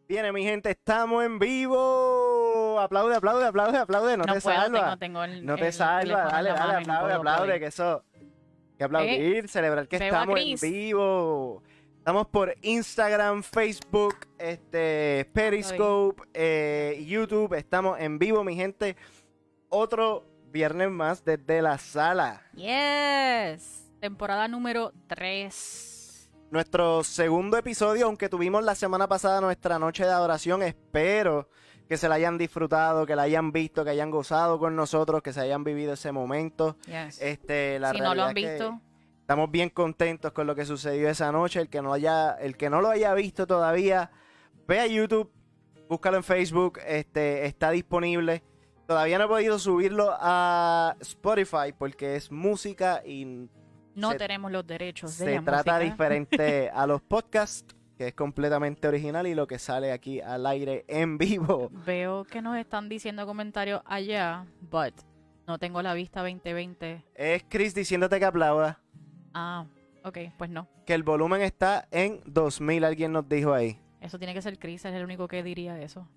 Viene, mi gente, estamos en vivo. Aplaude, aplaude, aplaude, aplaude. No te salva. No tengo No te el salva. teléfono Dale, en la dale, mano y no aplaude, puedo aplaude. aplaudir. Que eso. Que aplaudir, celebrar que Veo a estamos en Chris. vivo. Estamos por Instagram, Facebook, Periscope, YouTube. Estamos en vivo, mi gente. Otro viernes más desde la sala. Yes. Temporada número 3. Nuestro segundo episodio, aunque tuvimos la semana pasada nuestra noche de adoración, espero que se la hayan disfrutado, que la hayan visto, que hayan gozado con nosotros, que se hayan vivido ese momento. Yes. La Si no lo realidad han es que visto, estamos bien contentos con lo que sucedió esa noche. El que no lo haya visto todavía, ve a YouTube, búscalo en Facebook, está disponible. Todavía no he podido subirlo a Spotify porque es música y no se- tenemos los derechos de se la trata música. diferente a los podcasts, que es completamente original y lo que sale aquí al aire en vivo. Veo que nos están diciendo comentarios allá, but no tengo la vista 2020. Es Chris diciéndote que aplauda, Ah, ok, pues no. que el volumen está en 2000, alguien nos dijo ahí. Eso tiene que ser Chris, es el único que diría eso.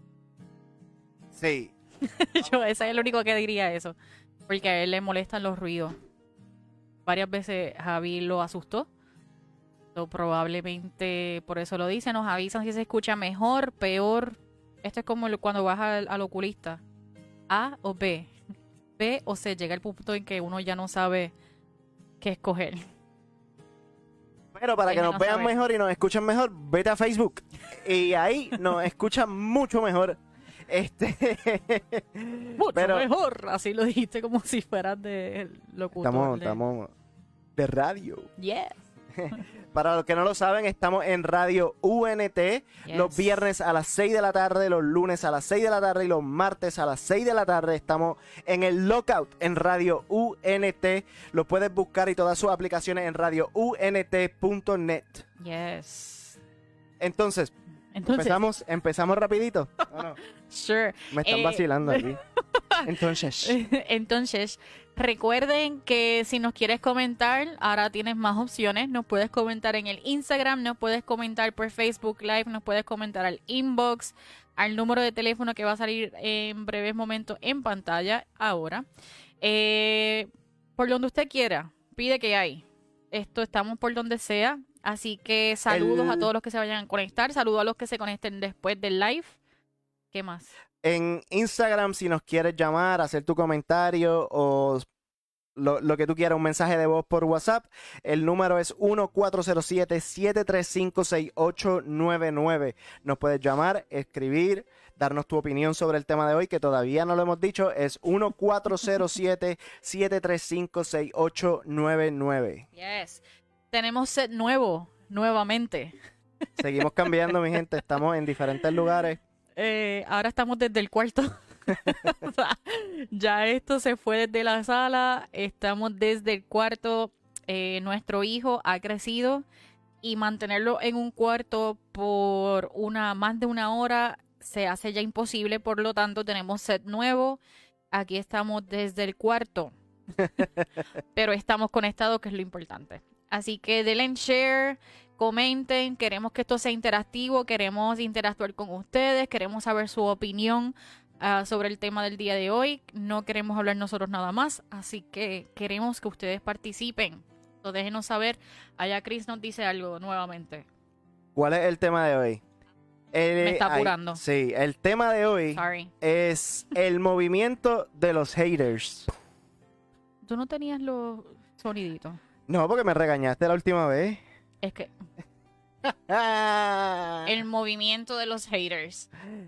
Sí, Ese es el único que diría eso. Porque a él le molestan los ruidos. Varias veces Javi lo asustó. So, probablemente por eso lo dice. Nos avisan si se escucha mejor, peor. Esto es como cuando vas al oculista. A o B. B o C. Llega el punto en que uno ya no sabe qué escoger. pero para que Déjenos nos vean saber. mejor y nos escuchen mejor, vete a Facebook y ahí nos escuchan mucho mejor. Mucho Pero mejor. Así lo dijiste como si fueras de locutor. estamos de radio. Yes. Para los que no lo saben, estamos en Radio UNT los Yes. viernes a las 6 de la tarde, los lunes a las 6 de la tarde y los martes a las 6 de la tarde. Estamos en el Lockout en Radio UNT. Lo puedes buscar y todas sus aplicaciones en radiount.net. Yes. Entonces, empezamos rapidito. ¿O no? Sure. Me están vacilando aquí. Entonces, recuerden que si nos quieres comentar, ahora tienes más opciones. Nos puedes comentar en el Instagram, nos puedes comentar por Facebook Live, nos puedes comentar al inbox, al número de teléfono que va a salir en breves momentos en pantalla ahora. Por donde usted quiera, pide que hay. Estamos por donde sea. Así que saludos a todos los que se vayan a conectar. Saludos a los que se conecten después del live. ¿Qué más? En Instagram, si nos quieres llamar, hacer tu comentario o lo que tú quieras, un mensaje de voz por WhatsApp, el número es 1407-735-6899. Nos puedes llamar, escribir, darnos tu opinión sobre el tema de hoy, que todavía no lo hemos dicho, es 1407-735-6899. Yes. Tenemos set nuevo, nuevamente. Seguimos cambiando, mi gente, estamos en diferentes lugares. Ahora estamos desde el cuarto. O sea, ya esto se fue desde la sala, estamos desde el cuarto. Nuestro hijo ha crecido y mantenerlo en un cuarto por más de una hora se hace ya imposible, por lo tanto tenemos set nuevo. Aquí estamos desde el cuarto, pero estamos conectados, que es lo importante. Así que denle en share, comenten, queremos que esto sea interactivo, queremos interactuar con ustedes, queremos saber su opinión sobre el tema del día de hoy. No queremos hablar nosotros nada más, así que queremos que ustedes participen. Entonces, déjenos saber. Allá Chris nos dice algo nuevamente. ¿Cuál es el tema de hoy? Me está apurando. Sí, el tema de hoy Sorry. es el movimiento de los haters. ¿Tú no tenías los soniditos? No, porque me regañaste la última vez. Es que Ah. el movimiento de los haters.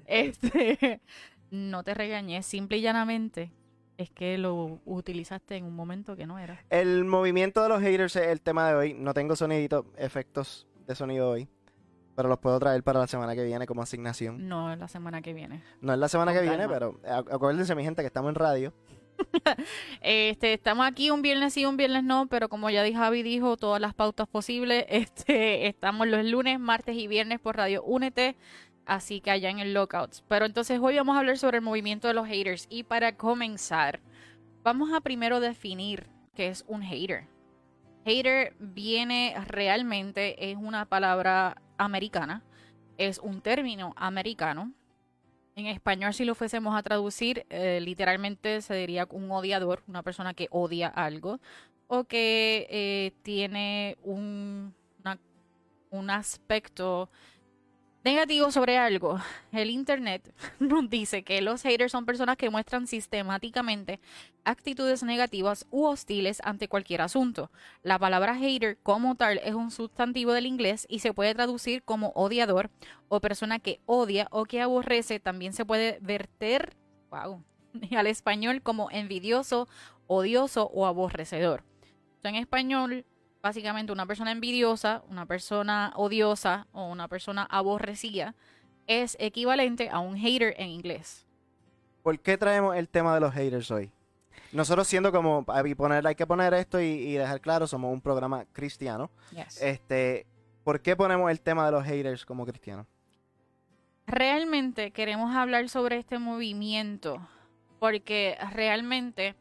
No te regañé, simple y llanamente es que lo utilizaste en un momento que no era. El movimiento de los haters es el tema de hoy. No tengo sonidito, efectos de sonido hoy, pero los puedo traer para la semana que viene como asignación. No, es la semana que viene. No es la semana Con que viene, calma. pero acuérdense, mi gente, que estamos en radio. Estamos aquí un viernes sí, un viernes no, pero como ya Javi dijo, todas las pautas posibles. Estamos los lunes, martes y viernes por Radio Únete, así que allá en el Lockouts. Pero entonces hoy vamos a hablar sobre el movimiento de los haters. Y para comenzar, vamos a primero definir qué es un hater. Hater realmente es una palabra americana es un término americano. En español, si lo fuésemos a traducir, literalmente se diría un odiador, una persona que odia algo o que tiene un aspecto negativo sobre algo. El internet nos dice que los haters son personas que muestran sistemáticamente actitudes negativas u hostiles ante cualquier asunto. La palabra hater como tal es un sustantivo del inglés y se puede traducir como odiador o persona que odia o que aborrece. También se puede verter, wow, al español como envidioso, odioso o aborrecedor. En español, básicamente una persona envidiosa, una persona odiosa o una persona aborrecida es equivalente a un hater en inglés. ¿Por qué traemos el tema de los haters hoy? Nosotros siendo como, hay que poner esto y dejar claro, somos un programa cristiano. Yes. ¿Por qué ponemos el tema de los haters como cristianos? Realmente queremos hablar sobre este movimiento porque realmente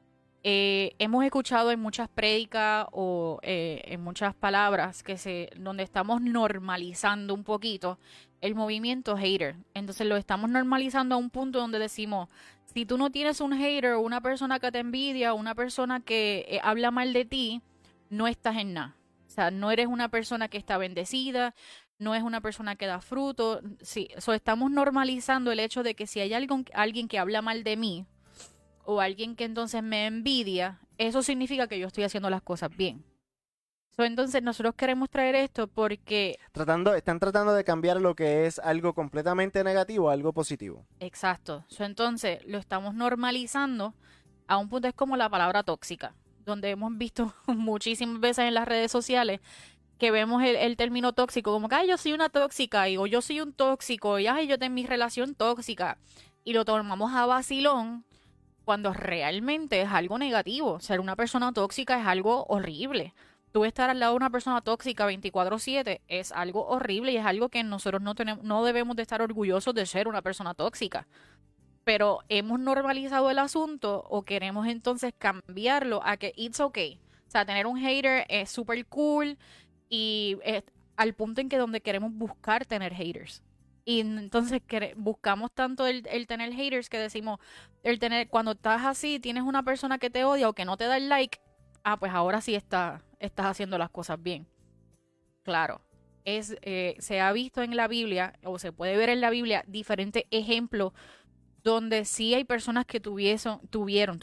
hemos escuchado en muchas prédicas o en muchas palabras donde estamos normalizando un poquito el movimiento hater. Entonces lo estamos normalizando a un punto donde decimos, si tú no tienes un hater, una persona que te envidia, una persona que habla mal de ti, no estás en nada. O sea, no eres una persona que está bendecida, no es una persona que da fruto. Sí, estamos normalizando el hecho de que si hay alguien que habla mal de mí, o alguien que entonces me envidia, eso significa que yo estoy haciendo las cosas bien. Entonces nosotros queremos traer esto porque... Están tratando de cambiar lo que es algo completamente negativo a algo positivo. Exacto. Entonces lo estamos normalizando a un punto, es como la palabra tóxica, donde hemos visto muchísimas veces en las redes sociales que vemos el término tóxico, como que, ay, yo soy una tóxica, o yo soy un tóxico, y ay, yo tengo mi relación tóxica, y lo tomamos a vacilón, cuando realmente es algo negativo. Ser una persona tóxica es algo horrible. Tú estar al lado de una persona tóxica 24/7 es algo horrible y es algo que nosotros no debemos de estar orgullosos de ser una persona tóxica. Pero hemos normalizado el asunto o queremos entonces cambiarlo a que it's okay. O sea, tener un hater es súper cool y al punto en que donde queremos buscar tener haters. Y entonces buscamos tanto el tener haters que decimos, cuando estás así, tienes una persona que te odia o que no te da el like, pues ahora sí estás haciendo las cosas bien. Claro, se ha visto en la Biblia, o se puede ver en la Biblia, diferentes ejemplos donde sí hay personas que tuvieron,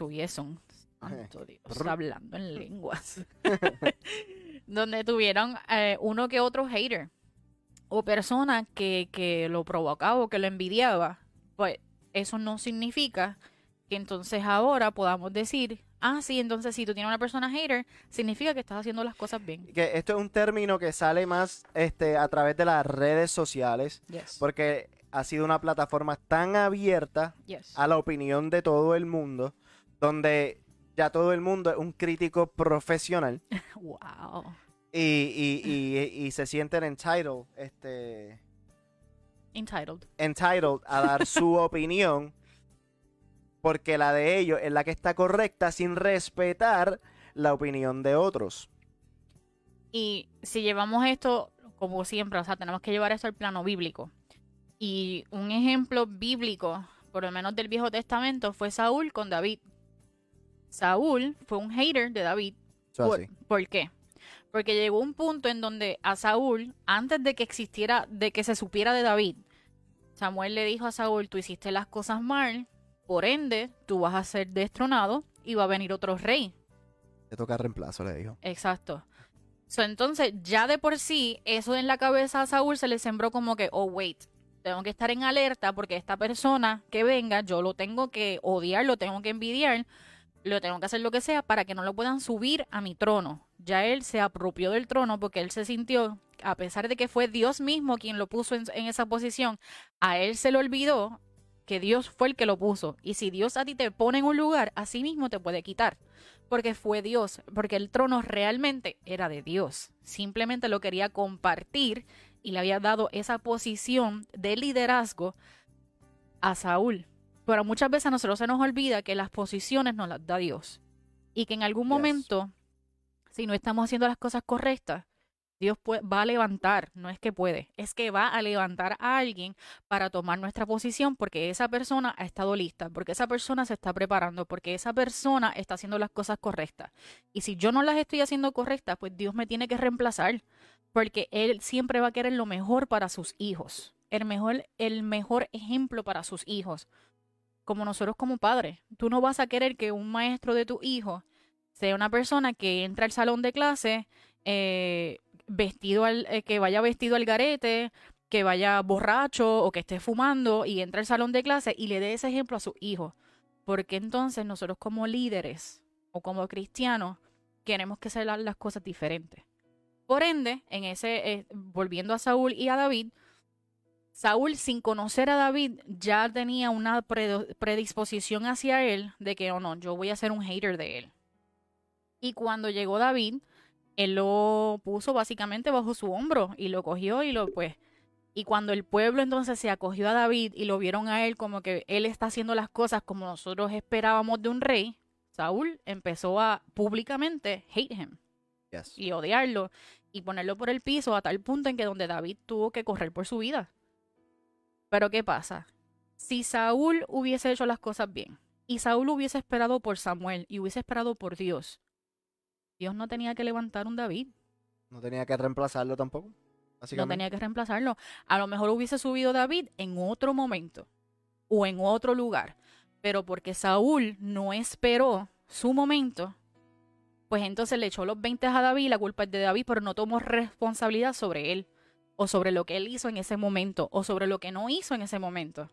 santo Dios, hablando en lenguas, donde tuvieron uno que otro hater o persona que lo provocaba o que lo envidiaba. Pues eso no significa que entonces ahora podamos decir, sí, entonces si tú tienes una persona hater, significa que estás haciendo las cosas bien. Que esto es un término que sale más a través de las redes sociales, Yes. porque ha sido una plataforma tan abierta Yes. a la opinión de todo el mundo, donde ya todo el mundo es un crítico profesional. Wow. Y se sienten entitled a dar su opinión, porque la de ellos es la que está correcta sin respetar la opinión de otros. Y si llevamos esto, como siempre, o sea, tenemos que llevar esto al plano bíblico. Y un ejemplo bíblico, por lo menos del Viejo Testamento, fue Saúl con David. Saúl fue un hater de David. ¿Por qué? Porque llegó un punto en donde a Saúl, antes de que se supiera de David, Samuel le dijo a Saúl, tú hiciste las cosas mal, por ende, tú vas a ser destronado y va a venir otro rey. Te toca reemplazo, le dijo. Exacto. Entonces, ya de por sí, eso en la cabeza a Saúl se le sembró como que, oh, wait, tengo que estar en alerta porque esta persona que venga, yo lo tengo que odiar, lo tengo que envidiar, lo tengo que hacer lo que sea para que no lo puedan subir a mi trono. Ya él se apropió del trono porque él se sintió, a pesar de que fue Dios mismo quien lo puso en esa posición, a él se le olvidó que Dios fue el que lo puso. Y si Dios a ti te pone en un lugar, así mismo te puede quitar. Porque fue Dios, porque el trono realmente era de Dios. Simplemente lo quería compartir y le había dado esa posición de liderazgo a Saúl. Pero muchas veces a nosotros se nos olvida que las posiciones nos las da Dios. Y que en algún momento, si no estamos haciendo las cosas correctas, Dios va a levantar, no es que puede, es que va a levantar a alguien para tomar nuestra posición porque esa persona ha estado lista, porque esa persona se está preparando, porque esa persona está haciendo las cosas correctas. Y si yo no las estoy haciendo correctas, pues Dios me tiene que reemplazar, porque Él siempre va a querer lo mejor para sus hijos, el mejor ejemplo para sus hijos. Como nosotros como padres, tú no vas a querer que un maestro de tu hijo sea una persona que entra al salón de clase que vaya vestido al garete, que vaya borracho o que esté fumando y entra al salón de clase y le dé ese ejemplo a sus hijos. Porque entonces nosotros como líderes o como cristianos queremos que se hagan las cosas diferentes. Por ende, volviendo a Saúl y a David, Saúl, sin conocer a David, ya tenía una predisposición hacia él de que, no, yo voy a ser un hater de él. Y cuando llegó David, él lo puso básicamente bajo su hombro y lo cogió y cuando el pueblo entonces se acogió a David y lo vieron a él como que él está haciendo las cosas como nosotros esperábamos de un rey, Saúl empezó a públicamente hate him y odiarlo y ponerlo por el piso a tal punto en que donde David tuvo que correr por su vida. Pero ¿qué pasa? Si Saúl hubiese hecho las cosas bien y Saúl hubiese esperado por Samuel y hubiese esperado por Dios, Dios no tenía que levantar un David. No tenía que reemplazarlo tampoco, no tenía que reemplazarlo. A lo mejor hubiese subido David en otro momento o en otro lugar. Pero porque Saúl no esperó su momento, pues entonces le echó los 20 a David, la culpa es de David, pero no tomó responsabilidad sobre él, o sobre lo que él hizo en ese momento, o sobre lo que no hizo en ese momento.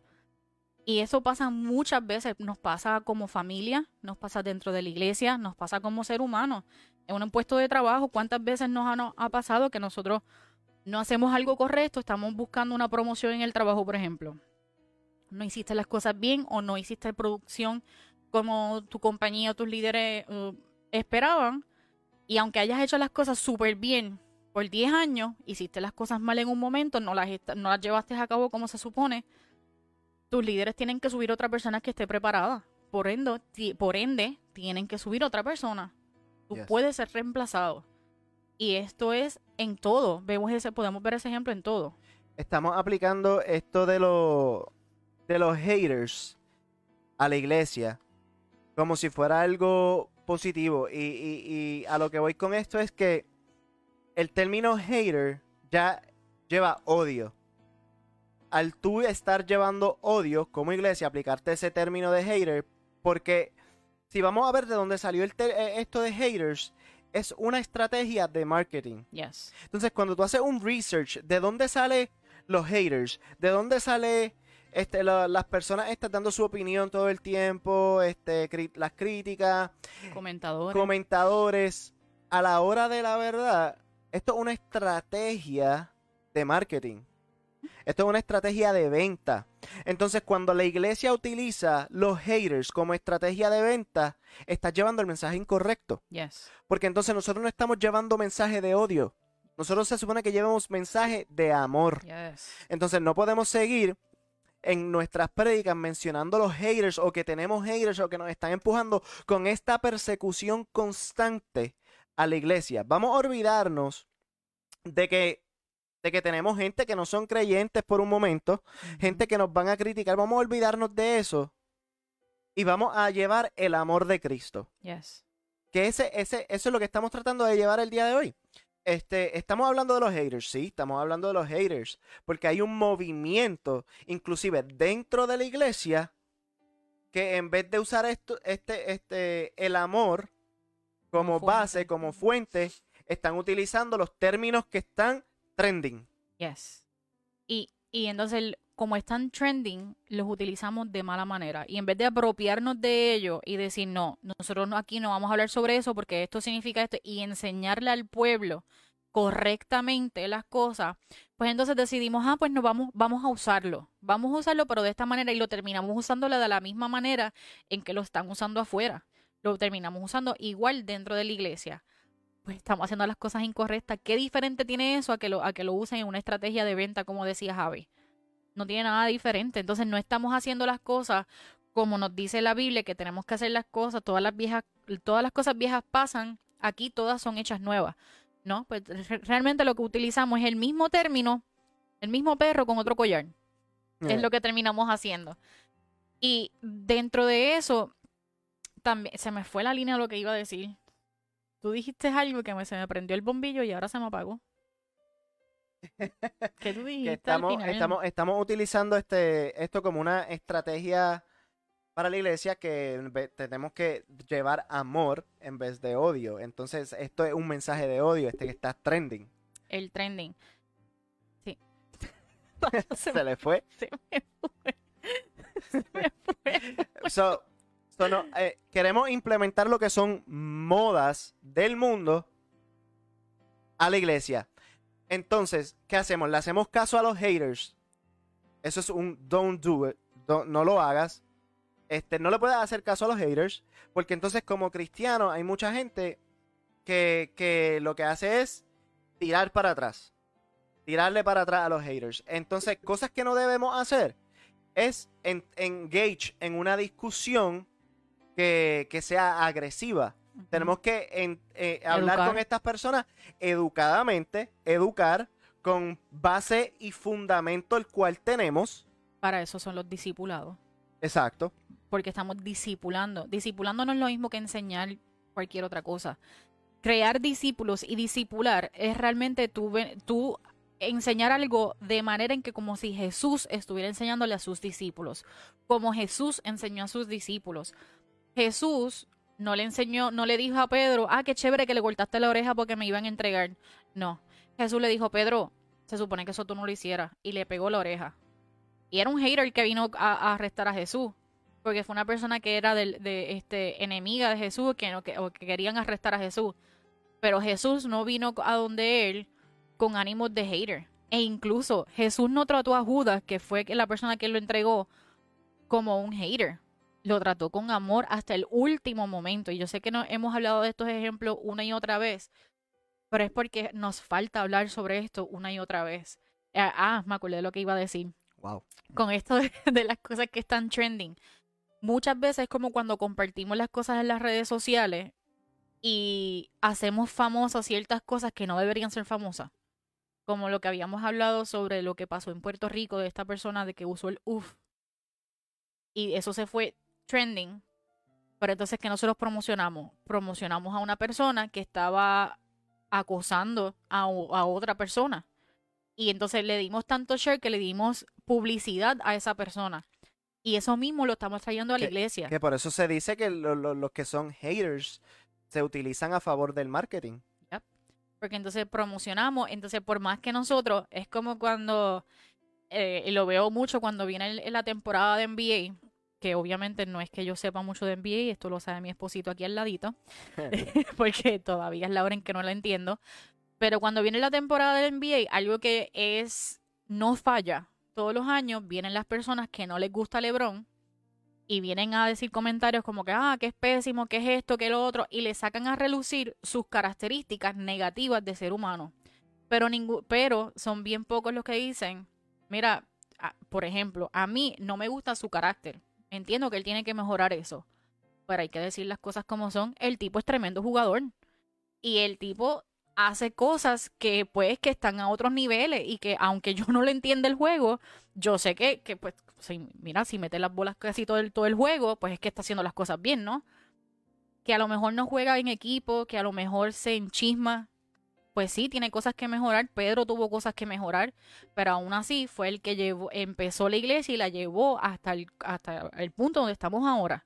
Y eso pasa muchas veces, nos pasa como familia, nos pasa dentro de la iglesia, nos pasa como ser humano. En un puesto de trabajo, ¿cuántas veces nos ha pasado que nosotros no hacemos algo correcto, estamos buscando una promoción en el trabajo, por ejemplo? No hiciste las cosas bien o no hiciste producción como tu compañía o tus líderes esperaban. Y aunque hayas hecho las cosas súper bien por 10 años, hiciste las cosas mal en un momento, no las llevaste a cabo como se supone, tus líderes tienen que subir otra persona que esté preparada. Por ende tienen que subir otra persona. Tú puedes ser reemplazado. Y esto es en todo. Podemos ver ese ejemplo en todo. Estamos aplicando esto de los haters a la iglesia como si fuera algo positivo. Y a lo que voy con esto es que el término hater ya lleva odio. Al tú estar llevando odio como iglesia, aplicarte ese término de hater, porque si vamos a ver de dónde salió esto de haters, es una estrategia de marketing. Yes. Entonces, cuando tú haces un research, ¿de dónde salen los haters? ¿De dónde sale las personas están dando su opinión todo el tiempo? Las críticas. Comentadores. A la hora de la verdad, esto es una estrategia de marketing. Esto es una estrategia de venta. Entonces, cuando la iglesia utiliza los haters como estrategia de venta, está llevando el mensaje incorrecto. Yes. Porque entonces nosotros no estamos llevando mensaje de odio. Nosotros se supone que llevamos mensaje de amor. Yes. Entonces, no podemos seguir en nuestras prédicas mencionando los haters o que tenemos haters o que nos están empujando con esta persecución constante a la iglesia. Vamos a olvidarnos de que tenemos gente que no son creyentes por un momento, gente que nos van a criticar. Vamos a olvidarnos de eso y vamos a llevar el amor de Cristo. Yes. Que eso es lo que estamos tratando de llevar el día de hoy. Estamos hablando de los haters, sí, estamos hablando de los haters, porque hay un movimiento, inclusive dentro de la iglesia, que en vez de usar el amor como base, como fuente, están utilizando los términos que están trending. Yes. Y entonces, como están trending, los utilizamos de mala manera. Y en vez de apropiarnos de ello y decir, no, nosotros aquí no vamos a hablar sobre eso porque esto significa esto, y enseñarle al pueblo correctamente las cosas, pues entonces decidimos, pues no vamos a usarlo. Vamos a usarlo, pero de esta manera, y lo terminamos usándolo de la misma manera en que lo están usando afuera. Lo terminamos usando igual dentro de la iglesia. Pues estamos haciendo las cosas incorrectas. ¿Qué diferente tiene eso a que lo usen en una estrategia de venta, como decía Javi? No tiene nada diferente. Entonces no estamos haciendo las cosas como nos dice la Biblia, que tenemos que hacer las cosas. Todas las cosas viejas pasan. Aquí todas son hechas nuevas. No, pues realmente lo que utilizamos es el mismo término, el mismo perro con otro collar. Es lo que terminamos haciendo. Y dentro de eso, también se me fue la línea de lo que iba a decir. Tú dijiste algo que se me prendió el bombillo y ahora se me apagó. ¿Qué tú Que dijiste al final? estamos utilizando esto como una estrategia para la iglesia que tenemos que llevar amor en vez de odio. Entonces, esto es un mensaje de odio, que está trending. El trending. Sí. Se le fue. Se me fue. Se me fue. Queremos implementar lo que son modas del mundo a la iglesia. Entonces, ¿qué hacemos? Le hacemos caso a los haters. Eso es un don't do it. No lo hagas. No le puedes hacer caso a los haters. Porque entonces, como cristiano, hay mucha gente que lo que hace es tirar para atrás. Tirarle para atrás a los haters. Entonces, cosas que no debemos hacer es engage en una discusión que sea agresiva. Tenemos que hablar con estas personas educadamente, educar con base y fundamento el cual tenemos. Para eso son los discipulados. Exacto. Porque estamos discipulando. Discipulando no es lo mismo que enseñar cualquier otra cosa. Crear discípulos y discipular es realmente tú enseñar algo de manera en que como si Jesús estuviera enseñándole a sus discípulos. Como Jesús enseñó a sus discípulos. Jesús no le enseñó, no le dijo a Pedro, qué chévere que le cortaste la oreja porque me iban a entregar. No. Jesús le dijo, Pedro, se supone que eso tú no lo hicieras. Y le pegó la oreja. Y era un hater que vino a arrestar a Jesús. Porque fue una persona que era enemiga de Jesús, o que querían arrestar a Jesús. Pero Jesús no vino a donde él con ánimos de hater. E incluso Jesús no trató a Judas, que fue la persona que lo entregó, como un hater. Lo trató con amor hasta el último momento. Y yo sé que no hemos hablado de estos ejemplos una y otra vez, pero es porque nos falta hablar sobre esto una y otra vez. Me acordé de lo que iba a decir. Wow. Con esto de las cosas que están trending. Muchas veces es como cuando compartimos las cosas en las redes sociales y hacemos famosas ciertas cosas que no deberían ser famosas. Como lo que habíamos hablado sobre lo que pasó en Puerto Rico de esta persona de que usó el UF. Y eso se fue trending. Pero entonces, ¿qué nosotros promocionamos? Promocionamos a una persona que estaba acosando a otra persona. Y entonces le dimos tanto share que le dimos publicidad a esa persona. Y eso mismo lo estamos trayendo a la iglesia. Que por eso se dice que los que son haters se utilizan a favor del marketing. Yep. Porque entonces promocionamos, entonces por más que nosotros, es como cuando, lo veo mucho cuando viene la temporada de NBA, que obviamente no es que yo sepa mucho de NBA, esto lo sabe mi esposito aquí al ladito, porque todavía es la hora en que no la entiendo, pero cuando viene la temporada de NBA, algo que no falla, todos los años vienen las personas que no les gusta LeBron y vienen a decir comentarios como que, que es pésimo, que es esto, que es lo otro, y le sacan a relucir sus características negativas de ser humano. Pero son bien pocos los que dicen, mira, por ejemplo, a mí no me gusta su carácter. Entiendo que él tiene que mejorar eso, pero hay que decir las cosas como son. El tipo es tremendo jugador y el tipo hace cosas que pues que están a otros niveles y que aunque yo no le entienda el juego, yo sé que pues, mira, si mete las bolas casi todo el juego, pues es que está haciendo las cosas bien, ¿no? Que a lo mejor no juega en equipo, que a lo mejor se enchisma, pues sí, tiene cosas que mejorar. Pedro tuvo cosas que mejorar, pero aún así fue el que empezó la iglesia y la llevó hasta el punto donde estamos ahora.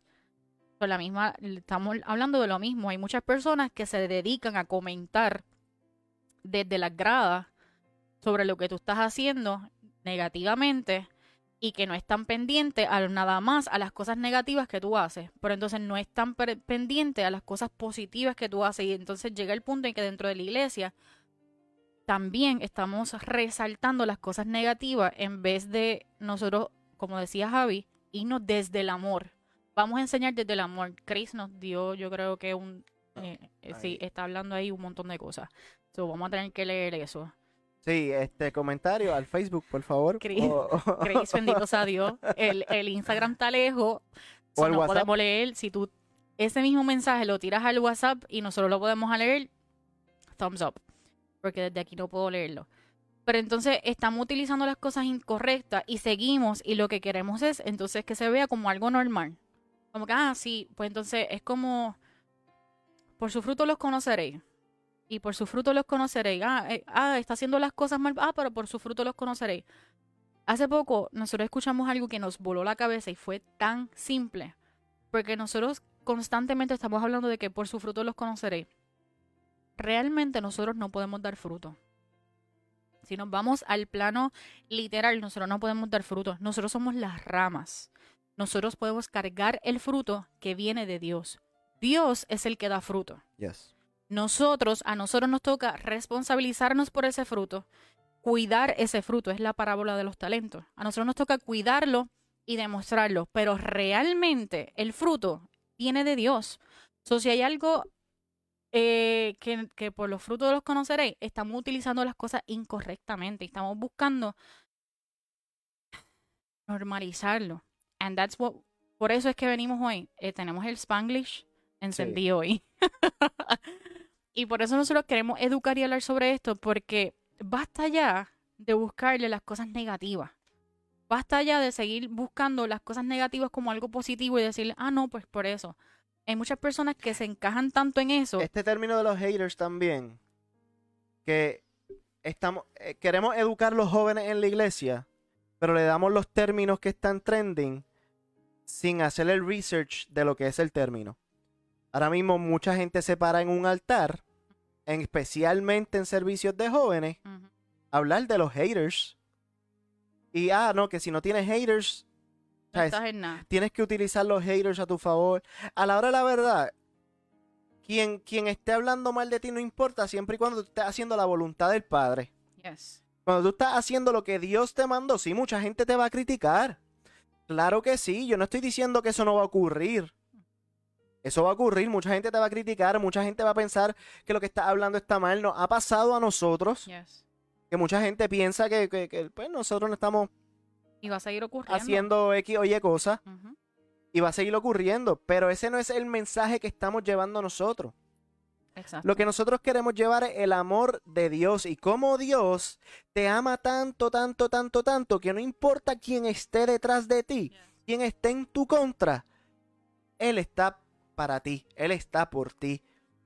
Estamos hablando de lo mismo. Hay muchas personas que se dedican a comentar desde las gradas sobre lo que tú estás haciendo negativamente y que no están pendientes nada más a las cosas negativas que tú haces, pero entonces no están pendientes a las cosas positivas que tú haces y entonces llega el punto en que dentro de la iglesia también estamos resaltando las cosas negativas en vez de nosotros, como decía Javi, irnos desde el amor. Vamos a enseñar desde el amor. Chris nos dio, yo creo que sí, está hablando ahí un montón de cosas. Vamos a tener que leer eso. Sí, comentario al Facebook, por favor. Chris, bendito sea Dios. El Instagram está lejos. O no WhatsApp. Podemos leer. Si tú ese mismo mensaje lo tiras al WhatsApp y nosotros lo podemos leer, thumbs up. porque desde aquí no puedo leerlo. Pero entonces estamos utilizando las cosas incorrectas y seguimos y lo que queremos es entonces que se vea como algo normal. Como que, sí, pues entonces es como, por su fruto los conoceréis. Y por su fruto los conoceréis. Está haciendo las cosas mal. Pero por su fruto los conoceréis. Hace poco nosotros escuchamos algo que nos voló la cabeza y fue tan simple. Porque nosotros constantemente estamos hablando de que por su fruto los conoceréis. Realmente nosotros no podemos dar fruto. Si nos vamos al plano literal, nosotros no podemos dar fruto. Nosotros somos las ramas. Nosotros podemos cargar el fruto que viene de Dios. Dios es el que da fruto. Yes. A nosotros nos toca responsabilizarnos por ese fruto, cuidar ese fruto, es la parábola de los talentos. A nosotros nos toca cuidarlo y demostrarlo, pero realmente el fruto viene de Dios. Si hay algo que por los frutos los conoceréis, estamos utilizando las cosas incorrectamente, estamos buscando normalizarlo. And that's what, por eso es que venimos hoy. Tenemos el Spanglish encendido hoy. Y por eso nosotros queremos educar y hablar sobre esto, porque basta ya de buscarle las cosas negativas. Basta ya de seguir buscando las cosas negativas como algo positivo y decirle, no, pues por eso. Hay muchas personas que se encajan tanto en eso. Este término de los haters también, que queremos educar a los jóvenes en la iglesia, pero le damos los términos que están trending sin hacer el research de lo que es el término. Ahora mismo mucha gente se para en un altar, especialmente en servicios de jóvenes, a hablar de los haters. Y, no, que si no tienes haters, no estás en nada. Tienes que utilizar los haters a tu favor. A la hora de la verdad, quien esté hablando mal de ti no importa, siempre y cuando tú estés haciendo la voluntad del Padre. Yes. Cuando tú estás haciendo lo que Dios te mandó, sí, mucha gente te va a criticar. Claro que sí, yo no estoy diciendo que eso no va a ocurrir. Eso va a ocurrir, mucha gente te va a criticar, mucha gente va a pensar que lo que estás hablando está mal. Nos ha pasado a nosotros, yes, que mucha gente piensa que pues nosotros no estamos y va a seguir ocurriendo. haciendo X o Y cosas. Y va a seguir ocurriendo, pero ese no es el mensaje que estamos llevando nosotros. Exacto. Lo que nosotros queremos llevar es el amor de Dios y cómo Dios te ama tanto, tanto, tanto, tanto, que no importa quién esté detrás de ti, quién esté en tu contra, Él está para ti, Él está por ti,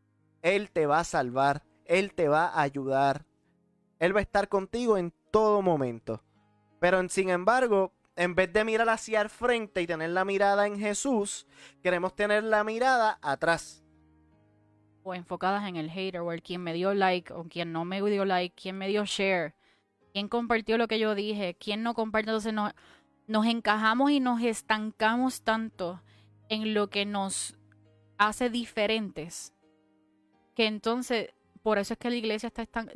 Él te va a salvar, Él te va a ayudar, Él va a estar contigo en todo momento. Pero sin embargo, en vez de mirar hacia el frente y tener la mirada en Jesús, queremos tener la mirada atrás. O enfocadas en el hater, o el quien me dio like, o quien no me dio like, quien me dio share, quien compartió lo que yo dije, quien no compartió. Entonces nos encajamos y nos estancamos tanto en lo que nos hace diferentes, que entonces, por eso es que la iglesia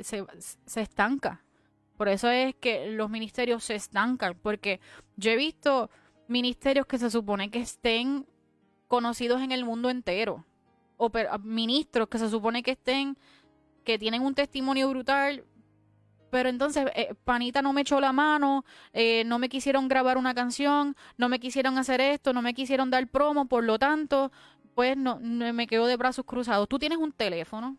se estanca. Por eso es que los ministerios se estancan, porque yo he visto ministerios que se supone que estén conocidos en el mundo entero, o ministros que se supone que tienen un testimonio brutal, pero entonces panita no me echó la mano, no me quisieron grabar una canción, no me quisieron hacer esto, no me quisieron dar promo, por lo tanto, pues no me quedo de brazos cruzados. Tú tienes un teléfono,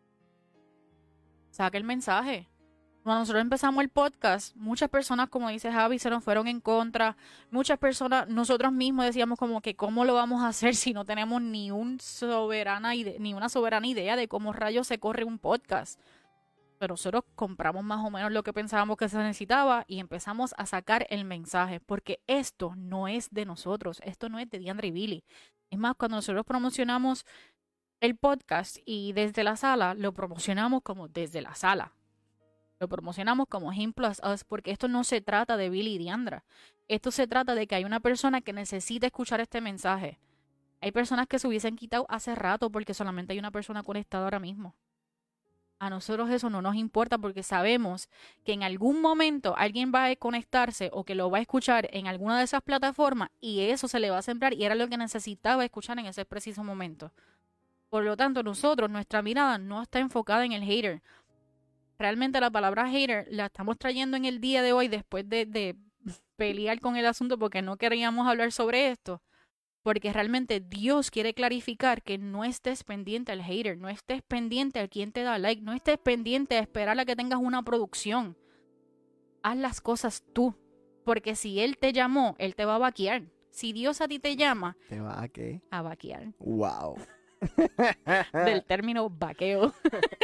saca el mensaje. Cuando nosotros empezamos el podcast, muchas personas, como dice Javi, se nos fueron en contra. Muchas personas, nosotros mismos decíamos como que cómo lo vamos a hacer si no tenemos ni una soberana idea de cómo rayos se corre un podcast. Pero nosotros compramos más o menos lo que pensábamos que se necesitaba y empezamos a sacar el mensaje, porque esto no es de nosotros, esto no es de Diandra y Billy. Es más, cuando nosotros promocionamos el podcast y desde la sala, lo promocionamos como desde la sala. Lo promocionamos como Him Plus Us, porque esto no se trata de Billy y Diandra. Esto se trata de que hay una persona que necesita escuchar este mensaje. Hay personas que se hubiesen quitado hace rato porque solamente hay una persona conectada ahora mismo. A nosotros eso no nos importa porque sabemos que en algún momento alguien va a conectarse o que lo va a escuchar en alguna de esas plataformas y eso se le va a sembrar y era lo que necesitaba escuchar en ese preciso momento. Por lo tanto, nuestra mirada no está enfocada en el hater. Realmente la palabra hater la estamos trayendo en el día de hoy después de pelear con el asunto porque no queríamos hablar sobre esto. Porque realmente Dios quiere clarificar que no estés pendiente al hater, no estés pendiente a quien te da like, no estés pendiente a esperar a que tengas una producción. Haz las cosas tú, porque si Él te llamó, Él te va a vaquear. Si Dios a ti te llama, ¿Te va a qué? a vaquear. Wow. Del término vaqueo.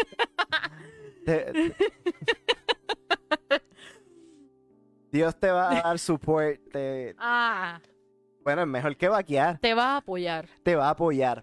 Te- Dios te va a dar support. Bueno, es mejor que vaquear. Te va a apoyar. Te va a apoyar.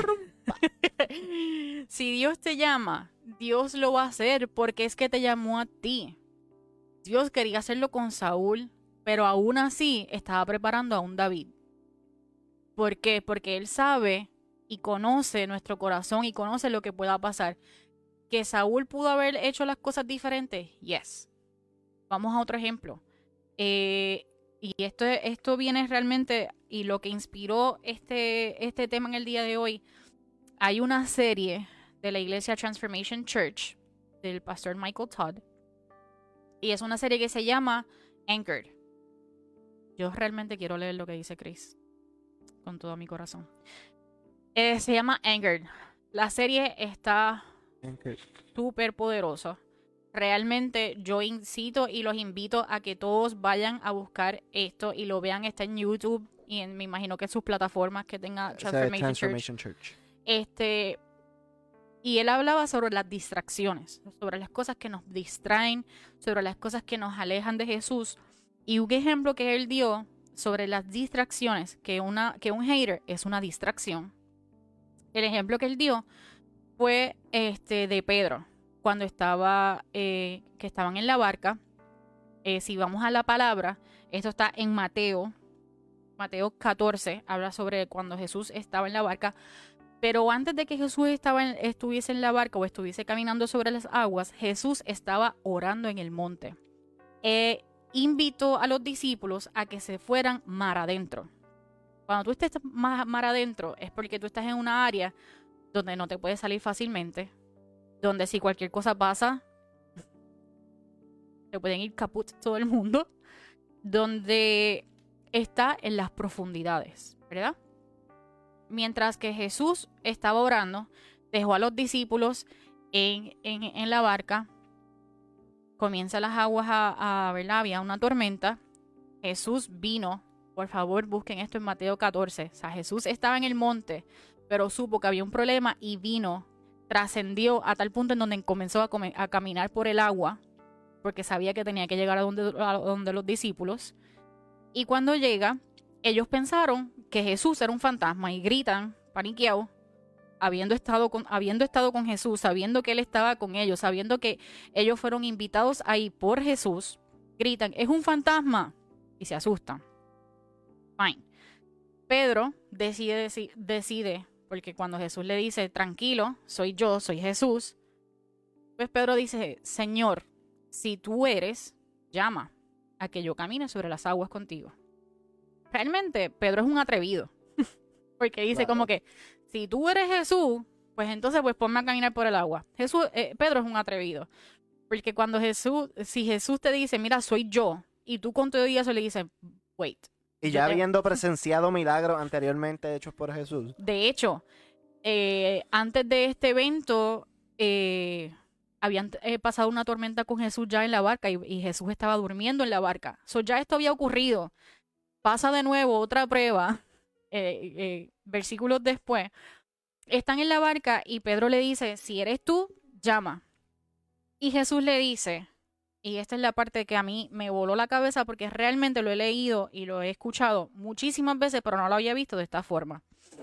Si Dios te llama, Dios lo va a hacer porque es que te llamó a ti. Dios quería hacerlo con Saúl, pero aún así estaba preparando a un David. ¿Por qué? Porque Él sabe y conoce nuestro corazón y conoce lo que pueda pasar. ¿Que Saúl pudo haber hecho las cosas diferentes? Yes. Vamos a otro ejemplo. Y esto viene realmente, y lo que inspiró este tema en el día de hoy, hay una serie de la iglesia Transformation Church del pastor Michael Todd, y es una serie que se llama Anchored. Yo realmente quiero leer lo que dice Chris con todo mi corazón. Se llama Anchored. La serie está súper poderosa. Realmente yo incito y los invito a que todos vayan a buscar esto y lo vean. Está en YouTube y me imagino que en sus plataformas que tenga Transformation Church. Y él hablaba sobre las distracciones, sobre las cosas que nos distraen, sobre las cosas que nos alejan de Jesús. Y un ejemplo que él dio sobre las distracciones, que un hater es una distracción. El ejemplo que él dio fue de Pedro, cuando que estaban en la barca. Si vamos a la palabra, esto está en Mateo 14, habla sobre cuando Jesús estaba en la barca. Pero antes de que Jesús estuviese en la barca o estuviese caminando sobre las aguas, Jesús estaba orando en el monte. Invitó a los discípulos a que se fueran mar adentro. Cuando tú estés mar adentro es porque tú estás en una área donde no te puedes salir fácilmente, donde si cualquier cosa pasa, te pueden ir caput todo el mundo, donde está en las profundidades, ¿verdad? Mientras que Jesús estaba orando, dejó a los discípulos en la barca, comienzan las aguas ¿verdad? Había una tormenta, Jesús vino, por favor busquen esto en Mateo 14, o sea, Jesús estaba en el monte, pero supo que había un problema y vino, trascendió a tal punto en donde comenzó a caminar por el agua, porque sabía que tenía que llegar a donde los discípulos, y cuando llega, ellos pensaron que Jesús era un fantasma y gritan, paniqueados, habiendo estado con Jesús, sabiendo que Él estaba con ellos, sabiendo que ellos fueron invitados ahí por Jesús, gritan, es un fantasma, y se asustan. Fine. Pedro decide, porque cuando Jesús le dice, tranquilo, soy yo, soy Jesús, pues Pedro dice, Señor, si tú eres, llama a que yo camine sobre las aguas contigo. Realmente Pedro es un atrevido, porque dice como que, si tú eres Jesús, pues entonces pues ponme a caminar por el agua. Pedro es un atrevido, porque si Jesús te dice, mira, soy yo, y tú con todo eso le dices, wait. Y ya habiendo presenciado milagros anteriormente hechos por Jesús. De hecho, antes de este evento, habían pasado una tormenta con Jesús ya en la barca y Jesús estaba durmiendo en la barca. Ya esto había ocurrido. Pasa de nuevo otra prueba, versículos después. Están en la barca y Pedro le dice, si eres tú, llama. Y Jesús le dice, y esta es la parte que a mí me voló la cabeza porque realmente lo he leído y lo he escuchado muchísimas veces, pero no lo había visto de esta forma.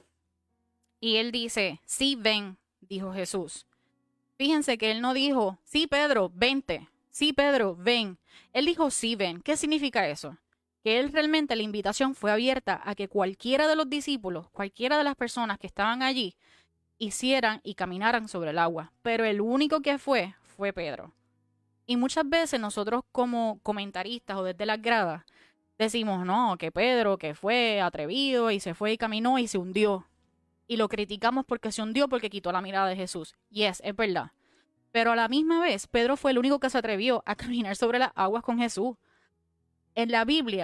Y él dice, sí, ven, dijo Jesús. Fíjense que él no dijo, sí, Pedro, vente. Sí, Pedro, ven. Él dijo, sí, ven. ¿Qué significa eso? Que él realmente la invitación fue abierta a que cualquiera de los discípulos, cualquiera de las personas que estaban allí, hicieran y caminaran sobre el agua. Pero el único que fue Pedro. Y muchas veces nosotros como comentaristas o desde las gradas decimos, no, que Pedro que fue atrevido y se fue y caminó y se hundió. Y lo criticamos porque se hundió porque quitó la mirada de Jesús. Yes, es verdad. Pero a la misma vez, Pedro fue el único que se atrevió a caminar sobre las aguas con Jesús. En la Biblia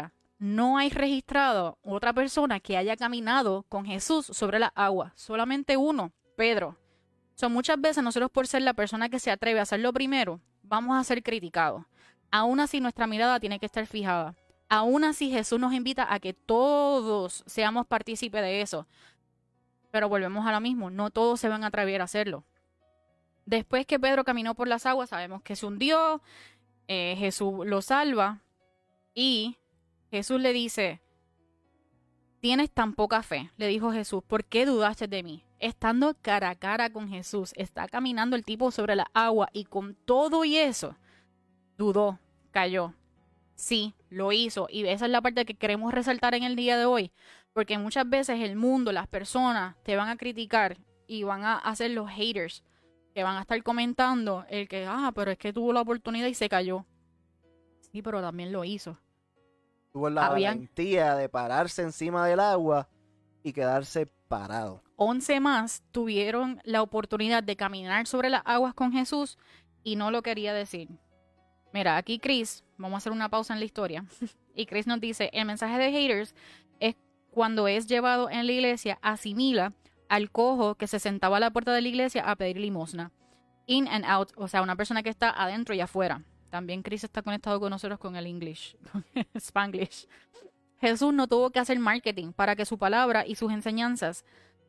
no hay registrado otra persona que haya caminado con Jesús sobre la agua. Solamente uno, Pedro. Muchas veces nosotros, por ser la persona que se atreve a hacerlo primero, vamos a ser criticados. Aún así nuestra mirada tiene que estar fijada. Aún así Jesús nos invita a que todos seamos partícipes de eso. Pero volvemos a lo mismo, no todos se van a atrever a hacerlo. Después que Pedro caminó por las aguas, sabemos que se hundió, Jesús lo salva y Jesús le dice: tienes tan poca fe, le dijo Jesús, ¿por qué dudaste de mí? Estando cara a cara con Jesús, está caminando el tipo sobre la agua y con todo y eso, dudó, cayó. Sí, lo hizo, y esa es la parte que queremos resaltar en el día de hoy, porque muchas veces el mundo, las personas te van a criticar y van a hacer los haters, que van a estar comentando el que, pero es que tuvo la oportunidad y se cayó. Sí, pero también lo hizo. Tuvo la valentía de pararse encima del agua y quedarse parado. 11 más tuvieron la oportunidad de caminar sobre las aguas con Jesús y no lo quería decir. Mira, aquí Chris, vamos a hacer una pausa en la historia, y Chris nos dice: el mensaje de haters es cuando es llevado en la iglesia, asimila al cojo que se sentaba a la puerta de la iglesia a pedir limosna. In and out, o sea, una persona que está adentro y afuera. También Chris está conectado con nosotros con el English, Spanglish. Jesús no tuvo que hacer marketing para que su palabra y sus enseñanzas,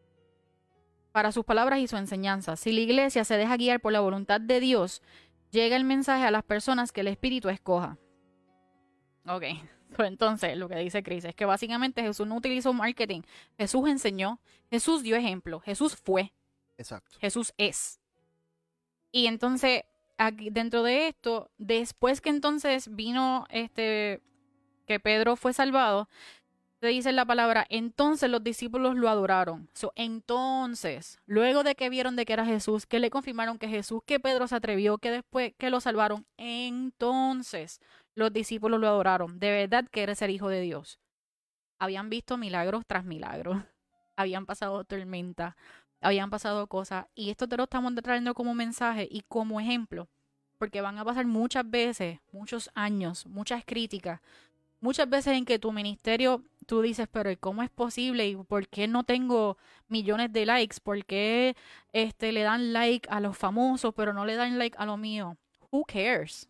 para sus palabras y su enseñanza. Si la iglesia se deja guiar por la voluntad de Dios, llega el mensaje a las personas que el Espíritu escoja. Ok, entonces lo que dice Chris es que básicamente Jesús no utilizó marketing. Jesús enseñó, Jesús dio ejemplo, Jesús fue. Exacto. Jesús es. Y entonces, aquí, dentro de esto, después que entonces vino que Pedro fue salvado, se dice la palabra, entonces los discípulos lo adoraron. Entonces, luego de que vieron de que era Jesús, que le confirmaron que Jesús, que Pedro se atrevió, que después que lo salvaron, entonces los discípulos lo adoraron. De verdad que eres el Hijo de Dios. Habían visto milagros tras milagros. Habían pasado tormenta. Habían pasado cosas. Y esto te lo estamos trayendo como mensaje y como ejemplo. Porque van a pasar muchas veces, muchos años, muchas críticas. Muchas veces en que tu ministerio, tú dices, pero ¿y cómo es posible? ¿Y por qué no tengo millones de likes? ¿Por qué le dan like a los famosos, pero no le dan like a lo mío? Who cares?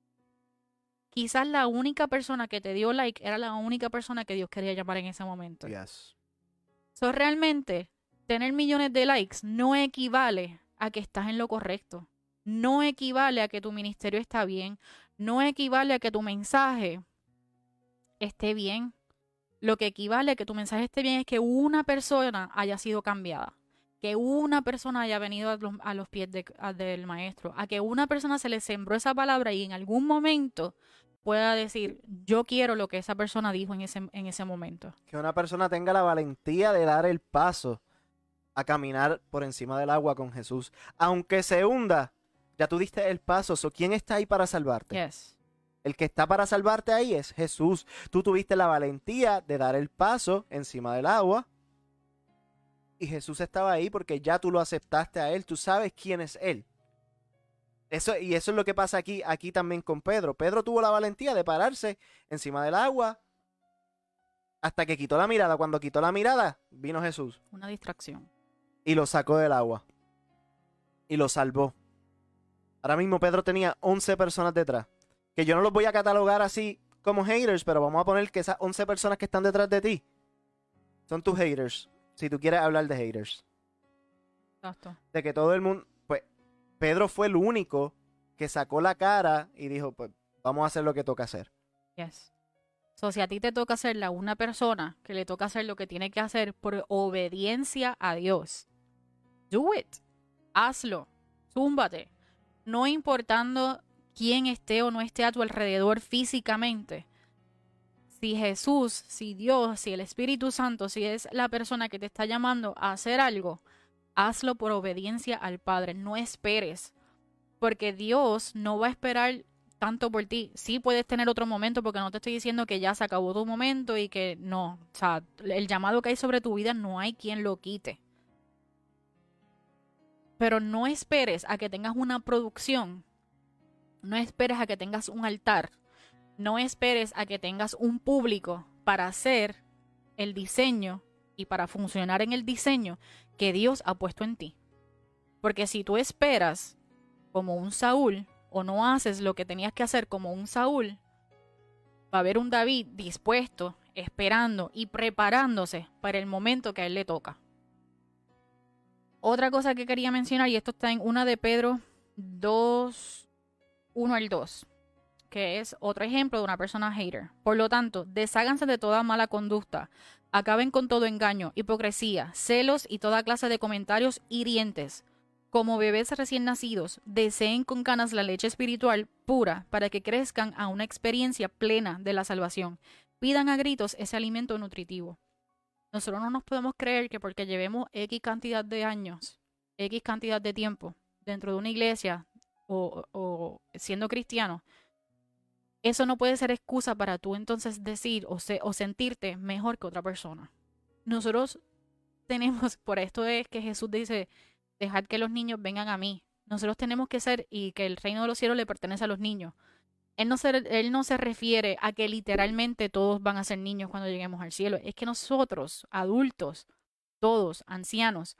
Quizás la única persona que te dio like era la única persona que Dios quería llamar en ese momento. Yes. Realmente, tener millones de likes no equivale a que estás en lo correcto. No equivale a que tu ministerio está bien. No equivale a que tu mensaje esté bien. Lo que equivale a que tu mensaje esté bien es que una persona haya sido cambiada, que una persona haya venido a los pies del maestro, a que una persona se le sembró esa palabra y en algún momento pueda decir, yo quiero lo que esa persona dijo en ese momento. Que una persona tenga la valentía de dar el paso a caminar por encima del agua con Jesús, aunque se hunda. Ya tú diste el paso. ¿Quién está ahí para salvarte? Yes. El que está para salvarte ahí es Jesús. Tú tuviste la valentía de dar el paso encima del agua. Y Jesús estaba ahí porque ya tú lo aceptaste a Él. Tú sabes quién es Él. Eso es lo que pasa aquí también con Pedro. Pedro tuvo la valentía de pararse encima del agua hasta que quitó la mirada. Cuando quitó la mirada, vino Jesús. Una distracción. Y lo sacó del agua. Y lo salvó. Ahora mismo Pedro tenía 11 personas detrás. Que yo no los voy a catalogar así como haters, pero vamos a poner que esas 11 personas que están detrás de ti son tus haters, si tú quieres hablar de haters. Exacto. De que todo el mundo, pues, Pedro fue el único que sacó la cara y dijo, pues, vamos a hacer lo que toca hacer. Yes. Si a ti te toca ser una persona que le toca hacer lo que tiene que hacer por obediencia a Dios, do it. Hazlo. Zúmbate. No importando quién esté o no esté a tu alrededor físicamente. Si Jesús, si Dios, si el Espíritu Santo, si es la persona que te está llamando a hacer algo, hazlo por obediencia al Padre. No esperes, porque Dios no va a esperar tanto por ti. Sí puedes tener otro momento, porque no te estoy diciendo que ya se acabó tu momento y que no. O sea, el llamado que hay sobre tu vida no hay quien lo quite. Pero no esperes a que tengas una producción. No esperes a que tengas un altar. No esperes a que tengas un público para hacer el diseño y para funcionar en el diseño que Dios ha puesto en ti. Porque si tú esperas como un Saúl o no haces lo que tenías que hacer como un Saúl, va a haber un David dispuesto, esperando y preparándose para el momento que a él le toca. Otra cosa que quería mencionar, y esto está en 1 de Pedro 2, 1 al 2, que es otro ejemplo de una persona hater. Por lo tanto, desháganse de toda mala conducta, acaben con todo engaño, hipocresía, celos y toda clase de comentarios hirientes. Como bebés recién nacidos, deseen con ganas la leche espiritual pura para que crezcan a una experiencia plena de la salvación. Pidan a gritos ese alimento nutritivo. Nosotros no nos podemos creer que porque llevemos X cantidad de años, X cantidad de tiempo dentro de una iglesia o siendo cristiano, eso no puede ser excusa para tú entonces decir o sentirte mejor que otra persona. Nosotros tenemos, por esto es que Jesús dice, dejad que los niños vengan a mí. Nosotros tenemos que ser, y que el reino de los cielos le pertenece a los niños. Él no se refiere a que literalmente todos van a ser niños cuando lleguemos al cielo. Es que nosotros, adultos, todos, ancianos,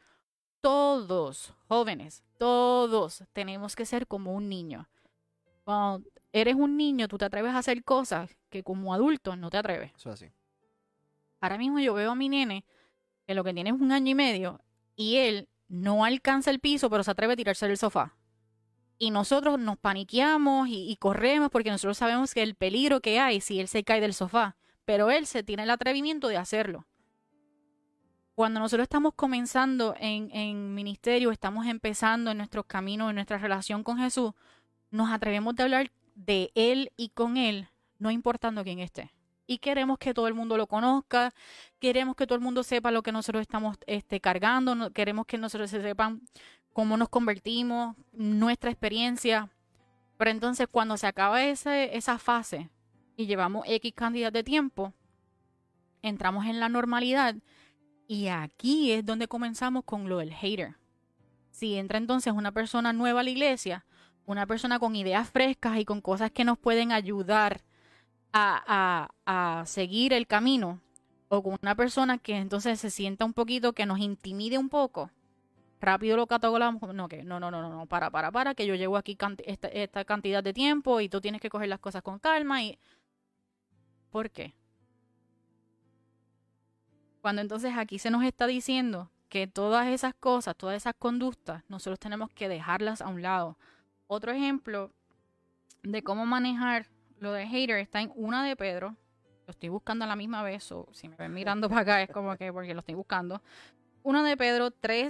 todos, jóvenes, todos tenemos que ser como un niño. Cuando eres un niño, tú te atreves a hacer cosas que como adulto no te atreves. Eso es así. Ahora mismo yo veo a mi nene, que lo que tiene es 1 año y medio, y él no alcanza el piso, pero se atreve a tirarse del sofá. Y nosotros nos paniqueamos y corremos porque nosotros sabemos que el peligro que hay si él se cae del sofá. Pero él se tiene el atrevimiento de hacerlo. Cuando nosotros estamos comenzando en ministerio, estamos empezando en nuestros caminos, en nuestra relación con Jesús, nos atrevemos de hablar de Él y con Él, no importando quién esté. Y queremos que todo el mundo lo conozca, queremos que todo el mundo sepa lo que nosotros estamos cargando, queremos que nosotros sepan cómo nos convertimos, nuestra experiencia. Pero entonces cuando se acaba esa fase y llevamos X cantidad de tiempo, entramos en la normalidad y aquí es donde comenzamos con lo del hater. Si entra entonces una persona nueva a la iglesia, una persona con ideas frescas y con cosas que nos pueden ayudar a seguir el camino, o con una persona que entonces se sienta un poquito, que nos intimide un poco, rápido lo catalogamos como, no, para, que yo llevo aquí esta cantidad de tiempo y tú tienes que coger las cosas con calma. ¿Por qué? Cuando entonces aquí se nos está diciendo que todas esas cosas, todas esas conductas, nosotros tenemos que dejarlas a un lado. Otro ejemplo de cómo manejar lo de hater está en 1 de Pedro. Lo estoy buscando a la misma vez, o si me ven mirando para acá es como que porque lo estoy buscando. 1 de Pedro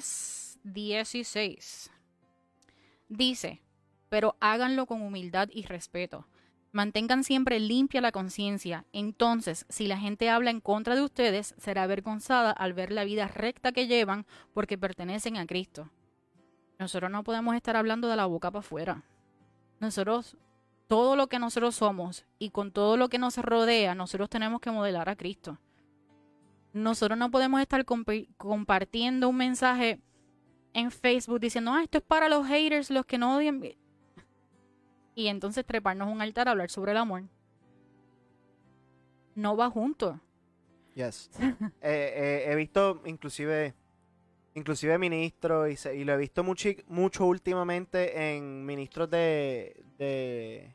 3:16. Dice, pero háganlo con humildad y respeto. Mantengan siempre limpia la conciencia. Entonces, si la gente habla en contra de ustedes, será avergonzada al ver la vida recta que llevan porque pertenecen a Cristo. Nosotros no podemos estar hablando de la boca para afuera. Nosotros, todo lo que nosotros somos y con todo lo que nos rodea, nosotros tenemos que modelar a Cristo. Nosotros no podemos estar compartiendo un mensaje en Facebook diciendo, esto es para los haters, los que no odian. Y entonces treparnos a un altar a hablar sobre el amor. No va junto. Yes. He visto inclusive ministros y lo he visto mucho últimamente en ministros de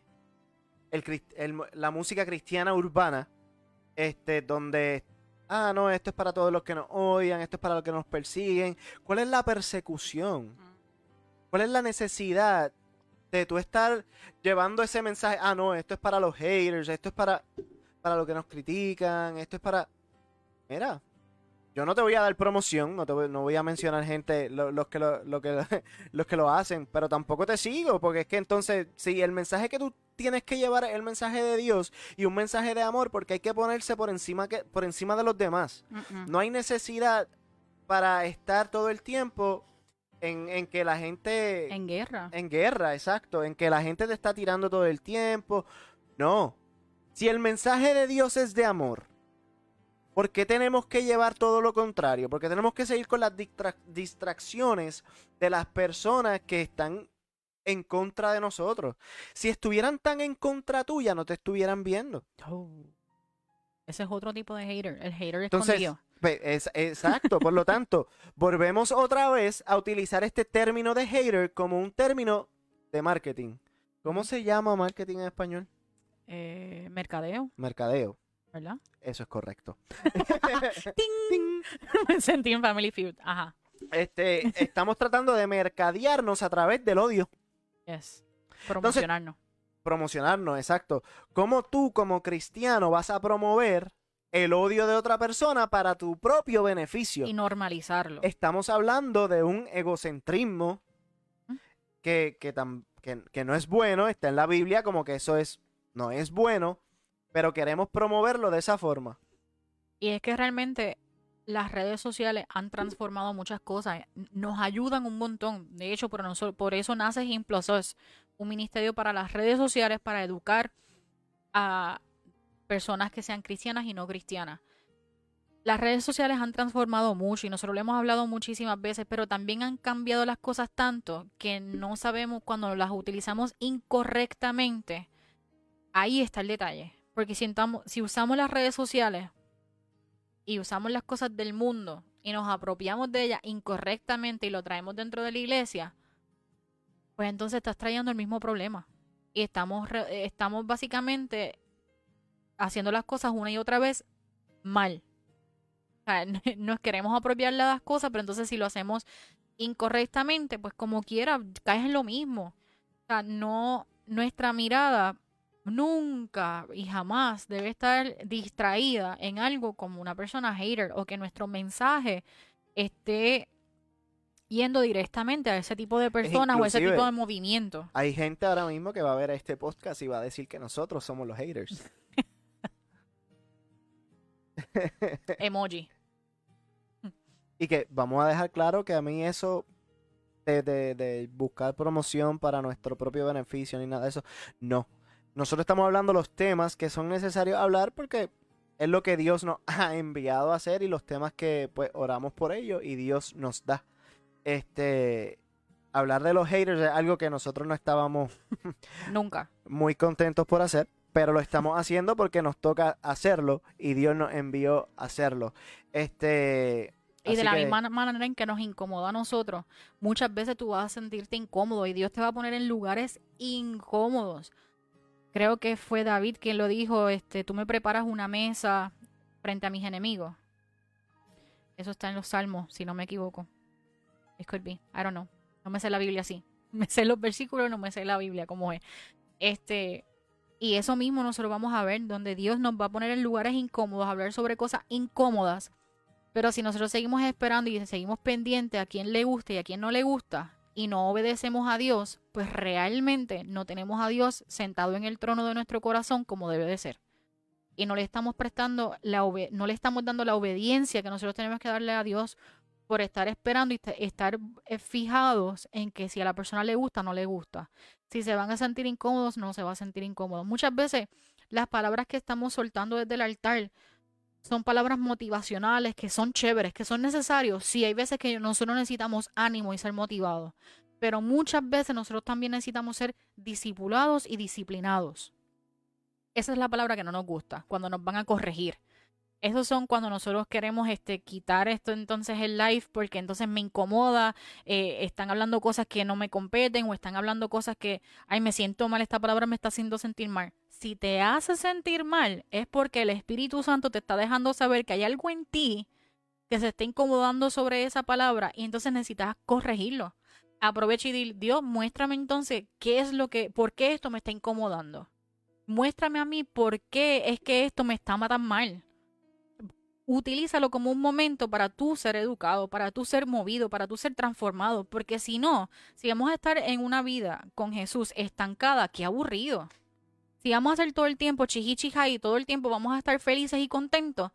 la música cristiana urbana, donde no, esto es para todos los que nos odian, esto es para los que nos persiguen. ¿Cuál es la persecución? ¿Cuál es la necesidad de tú estar llevando ese mensaje? No, esto es para los haters, esto es para los que nos critican, esto es para... Mira, yo no te voy a dar promoción, no voy a mencionar gente, los que lo hacen, pero tampoco te sigo, porque es que entonces, si el mensaje que tú tienes que llevar es el mensaje de Dios y un mensaje de amor, porque hay que ponerse por encima de los demás. No hay necesidad para estar todo el tiempo en que la gente... En guerra. En guerra, exacto, en que la gente te está tirando todo el tiempo. No, si el mensaje de Dios es de amor, ¿por qué tenemos que llevar todo lo contrario? Porque tenemos que seguir con las distracciones de las personas que están en contra de nosotros. Si estuvieran tan en contra tuya, no te estuvieran viendo. Ese es otro tipo de hater, el hater Entonces, escondido. exacto, por lo tanto, volvemos otra vez a utilizar este término de hater como un término de marketing. ¿Cómo se llama marketing en español? Mercadeo, Mercadeo. ¿verdad? Eso es correcto. ¡Ting! ¡Ting! Me sentí en Family Feud. Ajá. Estamos tratando de mercadearnos a través del odio. Yes. Promocionarnos. Promocionarnos, exacto. ¿Cómo tú, como cristiano, vas a promover el odio de otra persona para tu propio beneficio? Y normalizarlo. Estamos hablando de un egocentrismo ¿Mm? que no es bueno, está en la Biblia como que no es bueno, pero queremos promoverlo de esa forma. Y es que realmente las redes sociales han transformado muchas cosas. Nos ayudan un montón. De hecho, por eso nace Implosos, un ministerio para las redes sociales para educar a personas que sean cristianas y no cristianas. Las redes sociales han transformado mucho y nosotros lo hemos hablado muchísimas veces, pero también han cambiado las cosas tanto que no sabemos cuando las utilizamos incorrectamente. Ahí está el detalle. Porque si usamos las redes sociales y usamos las cosas del mundo y nos apropiamos de ellas incorrectamente y lo traemos dentro de la iglesia, pues entonces estás trayendo el mismo problema. Y estamos básicamente haciendo las cosas una y otra vez mal. O sea, nos queremos apropiar de las cosas, pero entonces si lo hacemos incorrectamente, pues como quiera, caes en lo mismo. O sea, nuestra mirada nunca y jamás debe estar distraída en algo como una persona hater o que nuestro mensaje esté yendo directamente a ese tipo de personas o a ese Inclusive, tipo de movimiento. hay gente ahora mismo que va a ver este podcast y va a decir que nosotros somos los haters. Emoji. Y que vamos a dejar claro que a mí eso de buscar promoción para nuestro propio beneficio ni nada de eso, no. Nosotros estamos hablando los temas que son necesarios hablar porque es lo que Dios nos ha enviado a hacer y los temas que pues oramos por ellos y Dios nos da. Hablar de los haters es algo que nosotros no estábamos Nunca. muy contentos por hacer, pero lo estamos haciendo porque nos toca hacerlo y Dios nos envió a hacerlo. Y de Así la que, misma manera en que nos incomoda a nosotros, muchas veces tú vas a sentirte incómodo y Dios te va a poner en lugares incómodos. Creo que fue David quien lo dijo, tú me preparas una mesa frente a mis enemigos. Eso está en los Salmos, si no me equivoco. It could be, I don't know. No me sé la Biblia así. Me sé los versículos, no me sé la Biblia como es. Y eso mismo nosotros vamos a ver, donde Dios nos va a poner en lugares incómodos, a hablar sobre cosas incómodas. Pero si nosotros seguimos esperando y seguimos pendientes a quién le gusta y a quién no le gusta y no obedecemos a Dios, pues realmente no tenemos a Dios sentado en el trono de nuestro corazón como debe de ser. Y no le estamos no le estamos dando la obediencia que nosotros tenemos que darle a Dios por estar esperando y estar fijados en que si a la persona le gusta, no le gusta. Si se van a sentir incómodos, no se va a sentir incómodos. Muchas veces las palabras que estamos soltando desde el altar son palabras motivacionales, que son chéveres, que son necesarios. Sí, hay veces que nosotros necesitamos ánimo y ser motivados, pero muchas veces nosotros también necesitamos ser discipulados y disciplinados. Esa es la palabra que no nos gusta, cuando nos van a corregir. Esos son cuando nosotros queremos quitar esto entonces el live porque entonces me incomoda, están hablando cosas que no me competen o están hablando cosas que, ay, me siento mal, esta palabra me está haciendo sentir mal. Si te hace sentir mal es porque el Espíritu Santo te está dejando saber que hay algo en ti que se está incomodando sobre esa palabra y entonces necesitas corregirlo. Aprovecha y dile, Dios, muéstrame entonces por qué esto me está incomodando. Muéstrame a mí por qué es que esto me está matando mal. Utilízalo como un momento para tú ser educado, para tú ser movido, para tú ser transformado, porque si no, si vamos a estar en una vida con Jesús estancada, qué aburrido. Si vamos a hacer todo el tiempo chijichija y todo el tiempo vamos a estar felices y contentos,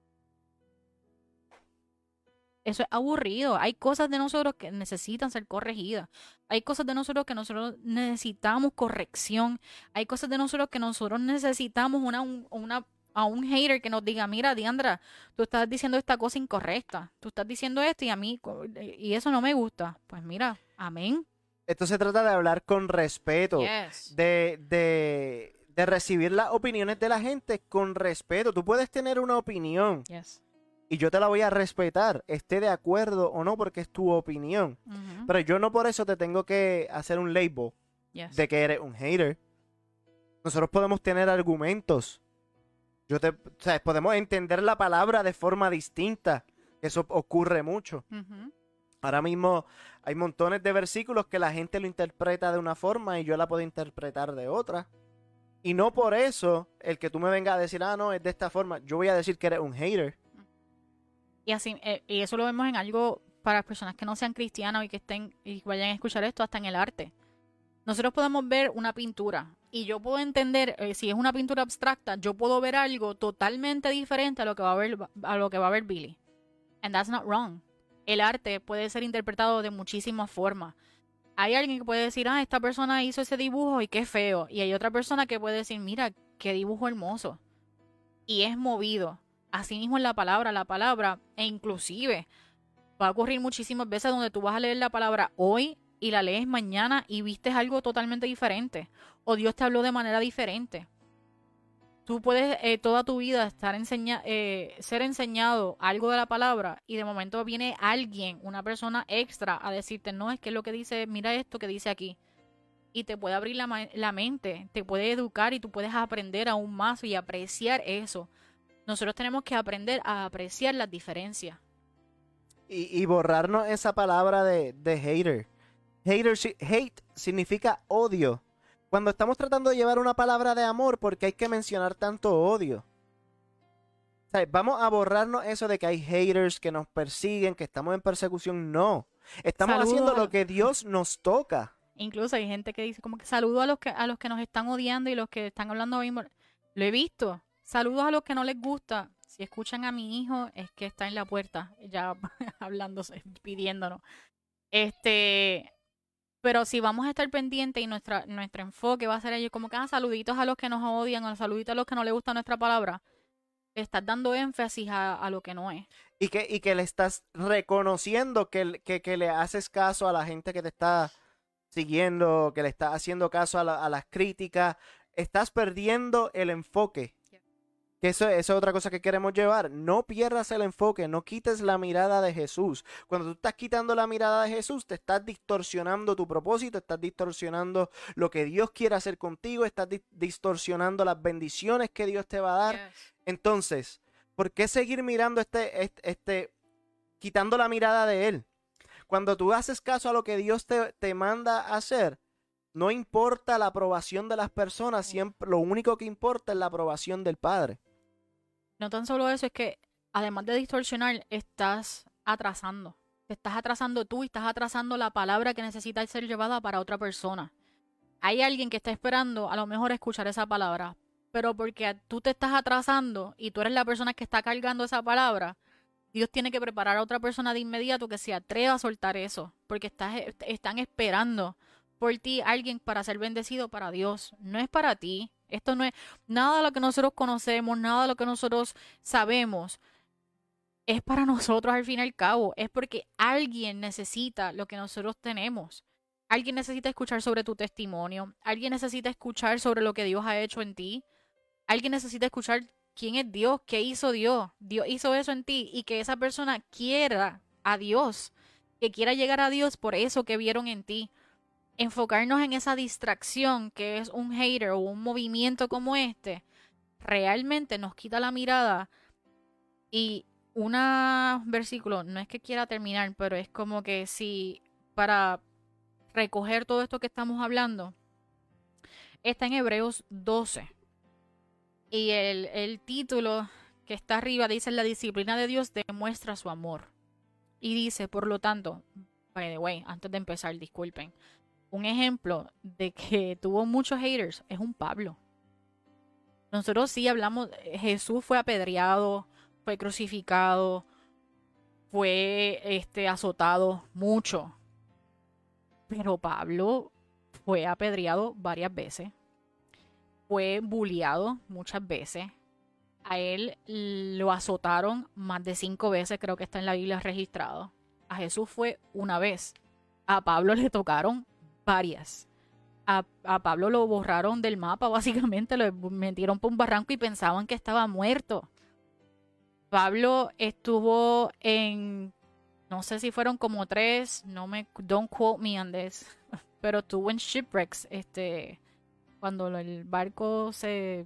eso es aburrido. Hay cosas de nosotros que necesitan ser corregidas. Hay cosas de nosotros que nosotros necesitamos corrección. Hay cosas de nosotros que nosotros necesitamos a un hater que nos diga, mira, Diandra, tú estás diciendo esta cosa incorrecta. Tú estás diciendo esto y eso no me gusta. Pues mira, amén. esto se trata de hablar con respeto, Yes. de de recibir las opiniones de la gente con respeto. Tú puedes tener una opinión Yes. y yo te la voy a respetar, esté de acuerdo o no, porque es tu opinión. Ujú. Pero yo no por eso te tengo que hacer un label Yes. de que eres un hater. Nosotros podemos tener argumentos. O sea, podemos entender la palabra de forma distinta. Eso ocurre mucho. Ujú. Ahora mismo hay montones de versículos que la gente lo interpreta de una forma y yo la puedo interpretar de otra. Y no por eso el que tú me vengas a decir, ah, no, es de esta forma, yo voy a decir que eres un hater. Y así, y eso lo vemos en algo para las personas que no sean cristianas y que estén y vayan a escuchar esto, hasta en el arte. Nosotros podemos ver una pintura y yo puedo entender, si es una pintura abstracta, yo puedo ver algo totalmente diferente a lo que va a ver Billy. And that's not wrong. El arte puede ser interpretado de muchísimas formas. Hay alguien que puede decir, ah, esta persona hizo ese dibujo y qué feo. Y hay otra persona que puede decir, mira, qué dibujo hermoso. Y es movido. Asimismo en la palabra, e inclusive va a ocurrir muchísimas veces donde tú vas a leer la palabra hoy y la lees mañana y vistes algo totalmente diferente. O Dios te habló de manera diferente. Tú puedes toda tu vida ser enseñado algo de la palabra y de momento viene alguien, una persona extra, a decirte, no, es que es lo que dice, mira esto que dice aquí. Y te puede abrir la mente, te puede educar y tú puedes aprender aún más y apreciar eso. Nosotros tenemos que aprender a apreciar las diferencias. Y borrarnos esa palabra de hater. Hate significa odio. Cuando estamos tratando de llevar una palabra de amor, ¿por qué hay que mencionar tanto odio? O sea, vamos a borrarnos eso de que hay haters que nos persiguen, que estamos en persecución. No. Estamos haciendo lo que Dios nos toca. Incluso hay gente que dice como que saludo a los que nos están odiando y los que están hablando mismo. Lo he visto. Saludos a los que no les gusta. Si escuchan a mi hijo, es que está en la puerta, ya hablándose, pidiéndonos. Pero si vamos a estar pendientes y nuestro enfoque va a ser ellos como que saluditos a los que nos odian, o saluditos a los que no les gusta nuestra palabra, le estás dando énfasis a lo que no es. Y que le estás reconociendo que le haces caso a la gente que te está siguiendo, que le estás haciendo caso a las críticas. Estás perdiendo el enfoque. Que eso es otra cosa que queremos llevar. No pierdas el enfoque, no quites la mirada de Jesús. Cuando tú estás quitando la mirada de Jesús, te estás distorsionando tu propósito, estás distorsionando lo que Dios quiere hacer contigo, estás distorsionando las bendiciones que Dios te va a dar. Yes. Entonces, ¿por qué seguir mirando quitando la mirada de Él? Cuando tú haces caso a lo que Dios te manda a hacer, no importa la aprobación de las personas, siempre, lo único que importa es la aprobación del Padre. No tan solo eso, es que además de distorsionar, estás atrasando. Te estás atrasando tú y estás atrasando la palabra que necesita ser llevada para otra persona. Hay alguien que está esperando a lo mejor escuchar esa palabra, pero porque tú te estás atrasando y tú eres la persona que está cargando esa palabra, Dios tiene que preparar a otra persona de inmediato que se atreva a soltar eso, porque están esperando por ti alguien para ser bendecido para Dios. No es para ti. Esto no es nada de lo que nosotros conocemos, nada de lo que nosotros sabemos. Es para nosotros al fin y al cabo. Es porque alguien necesita lo que nosotros tenemos. Alguien necesita escuchar sobre tu testimonio. Alguien necesita escuchar sobre lo que Dios ha hecho en ti. Alguien necesita escuchar quién es Dios, qué hizo Dios. Dios hizo eso en ti y que esa persona quiera a Dios, que quiera llegar a Dios por eso que vieron en ti. Enfocarnos en esa distracción que es un hater o un movimiento como este, realmente nos quita la mirada. Y un versículo, no es que quiera terminar, pero es como que si para recoger todo esto que estamos hablando, está en Hebreos 12. Y el título que está arriba dice: la disciplina de Dios demuestra su amor. Y dice, por lo tanto, by the way, antes de empezar, disculpen, un ejemplo de que tuvo muchos haters es un Pablo. Nosotros sí hablamos, Jesús fue apedreado, fue crucificado, fue azotado mucho. Pero Pablo fue apedreado varias veces. Fue bulleado muchas veces. A él lo azotaron más de 5 veces, creo que está en la Biblia registrado. A Jesús fue una vez. A Pablo le tocaron varias. a Pablo lo borraron del mapa, básicamente lo metieron por un barranco y pensaban que estaba muerto. Pablo estuvo en, no sé si fueron como 3, don't quote me on this, pero estuvo en shipwrecks, cuando el barco se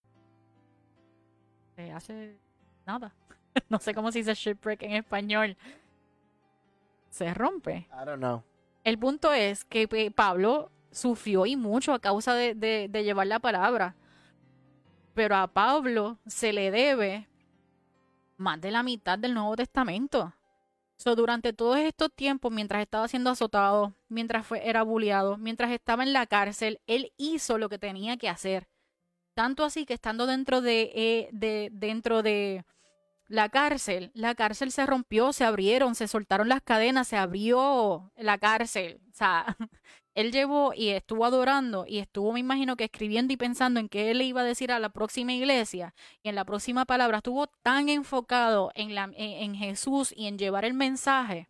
hace nada. No sé cómo se dice shipwreck en español. Se rompe. I don't know. El punto es que Pablo sufrió y mucho a causa de llevar la palabra. Pero a Pablo se le debe más de la mitad del Nuevo Testamento. Durante todos estos tiempos, mientras estaba siendo azotado, mientras era bulliado, mientras estaba en la cárcel, él hizo lo que tenía que hacer. Tanto así que estando dentro de la cárcel se rompió, se abrieron, se soltaron las cadenas, se abrió la cárcel. O sea, él llevó y estuvo adorando y estuvo, me imagino que escribiendo y pensando en qué él le iba a decir a la próxima iglesia y en la próxima palabra. Estuvo tan enfocado en Jesús y en llevar el mensaje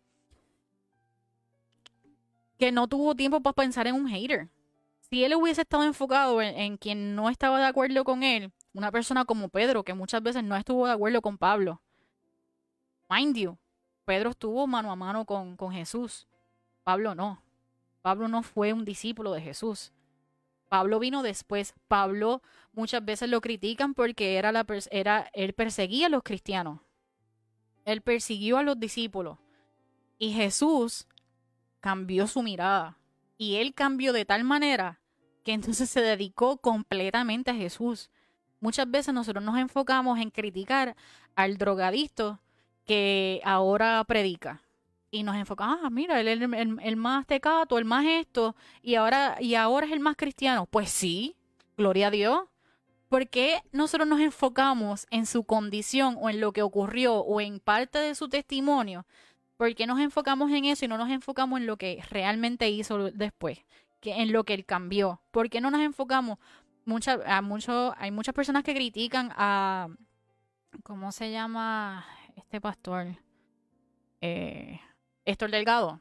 que no tuvo tiempo para pensar en un hater. Si él hubiese estado enfocado en quien no estaba de acuerdo con él, una persona como Pedro, que muchas veces no estuvo de acuerdo con Pablo. Mind you, Pedro estuvo mano a mano con Jesús. Pablo no. Pablo no fue un discípulo de Jesús. Pablo vino después. Pablo muchas veces lo critican porque él perseguía a los cristianos. Él persiguió a los discípulos. Y Jesús cambió su mirada. Y él cambió de tal manera que entonces se dedicó completamente a Jesús. Muchas veces nosotros nos enfocamos en criticar al drogadicto que ahora predica. Y nos enfocamos, mira, él es el más tecato, el más esto, y ahora es el más cristiano. Pues sí, gloria a Dios. ¿Por qué nosotros nos enfocamos en su condición o en lo que ocurrió o en parte de su testimonio? ¿Por qué nos enfocamos en eso y no nos enfocamos en lo que realmente hizo después? En lo que él cambió. ¿Por qué no nos enfocamos? Hay muchas personas que critican a, ¿cómo se llama este pastor? Héctor Delgado.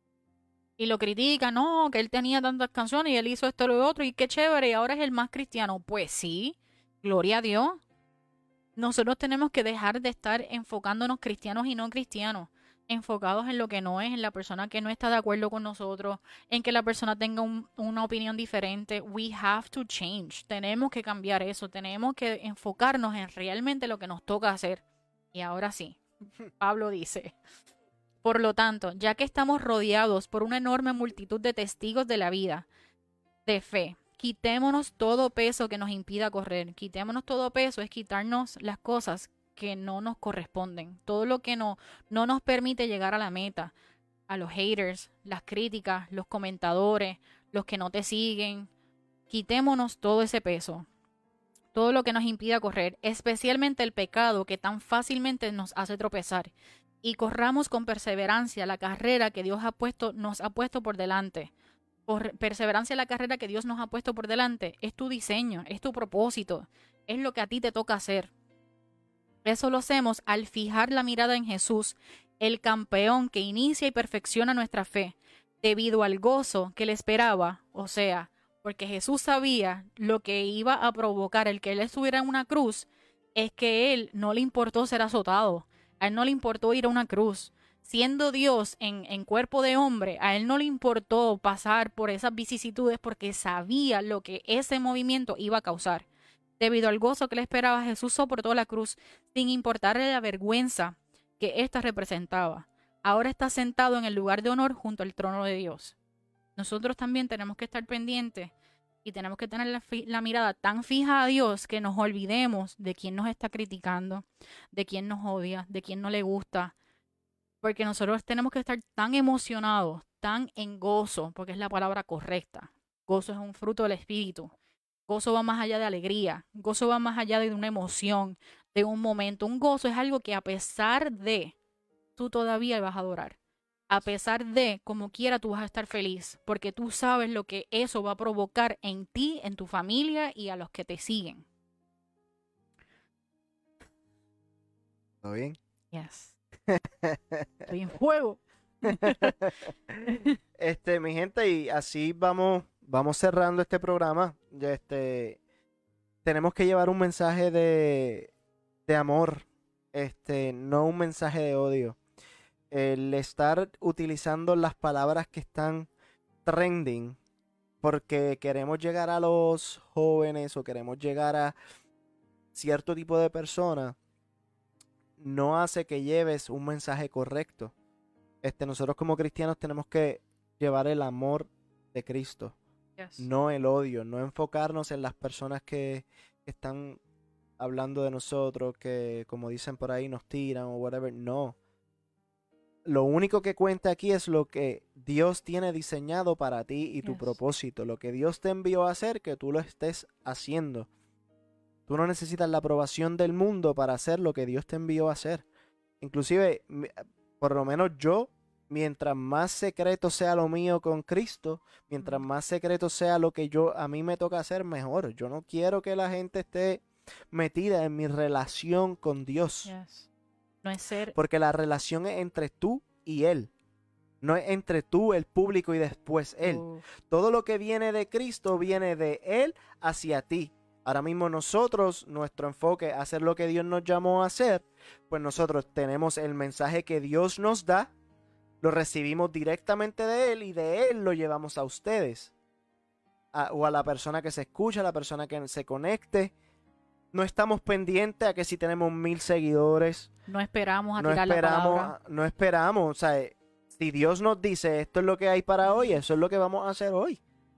Y lo critican, no, que él tenía tantas canciones y él hizo esto y lo otro, y qué chévere, y ahora es el más cristiano. Pues sí, gloria a Dios. Nosotros tenemos que dejar de estar enfocándonos cristianos y no cristianos, enfocados en lo que no es, en la persona que no está de acuerdo con nosotros, en que la persona tenga una opinión diferente. We have to change. Tenemos que cambiar eso, tenemos que enfocarnos en realmente lo que nos toca hacer. Y ahora sí, Pablo dice: por lo tanto, ya que estamos rodeados por una enorme multitud de testigos de la vida, de fe, quitémonos todo peso que nos impida correr. Quitémonos todo peso es quitarnos las cosas que no nos corresponden. Todo lo que no nos permite llegar a la meta. A los haters, las críticas, los comentadores, los que no te siguen. Quitémonos todo ese peso. Todo lo que nos impida correr, especialmente el pecado que tan fácilmente nos hace tropezar. Y corramos con perseverancia la carrera que Dios nos ha puesto por delante. Por perseverancia la carrera que Dios nos ha puesto por delante es tu diseño, es tu propósito, es lo que a ti te toca hacer. Eso lo hacemos al fijar la mirada en Jesús, el campeón que inicia y perfecciona nuestra fe, debido al gozo que le esperaba, o sea, porque Jesús sabía lo que iba a provocar el que él estuviera en una cruz, es que él no le importó ser azotado, a él no le importó ir a una cruz. Siendo Dios en cuerpo de hombre, a él no le importó pasar por esas vicisitudes porque sabía lo que ese movimiento iba a causar. Debido al gozo que le esperaba, Jesús soportó la cruz sin importarle la vergüenza que ésta representaba. Ahora está sentado en el lugar de honor junto al trono de Dios. Nosotros también tenemos que estar pendientes y tenemos que tener la mirada tan fija a Dios que nos olvidemos de quién nos está criticando, de quién nos odia, de quién no le gusta. Porque nosotros tenemos que estar tan emocionados, tan en gozo, porque es la palabra correcta. Gozo es un fruto del Espíritu. Gozo va más allá de alegría. Gozo va más allá de una emoción, de un momento. Un gozo es algo que a pesar de, tú todavía vas a adorar. A pesar de, como quiera, tú vas a estar feliz, porque tú sabes lo que eso va a provocar en ti, en tu familia y a los que te siguen. ¿Todo bien? Yes. Estoy en fuego. Mi gente, y así vamos vamos cerrando este programa. Tenemos que llevar un mensaje de amor, no un mensaje de odio. El estar utilizando las palabras que están trending porque queremos llegar a los jóvenes o queremos llegar a cierto tipo de personas, no hace que lleves un mensaje correcto. Nosotros como cristianos tenemos que llevar el amor de Cristo, Yes. no el odio, no enfocarnos en las personas que están hablando de nosotros, que como dicen por ahí nos tiran o whatever. No. Lo único que cuenta aquí es lo que Dios tiene diseñado para ti y tu Yes. propósito. Lo que Dios te envió a hacer, que tú lo estés haciendo. Tú no necesitas la aprobación del mundo para hacer lo que Dios te envió a hacer. Inclusive, por lo menos yo, mientras más secreto sea lo mío con Cristo, mientras más secreto sea lo que a mí me toca hacer, mejor. Yo no quiero que la gente esté metida en mi relación con Dios. Yes. No es ser... Porque la relación es entre tú y Él. No es entre tú, el público, y después Él. Todo lo que viene de Cristo viene de Él hacia ti. Ahora mismo nosotros, nuestro enfoque es hacer lo que Dios nos llamó a hacer. Pues nosotros tenemos el mensaje que Dios nos da, lo recibimos directamente de Él y de Él lo llevamos a ustedes. O a la persona que se escucha, a la persona que se conecte. No estamos pendientes a que si tenemos 1000 seguidores. No esperamos a tirar la palabra. No esperamos. O sea, si Dios nos dice esto es lo que hay para hoy, eso es lo que vamos a hacer hoy.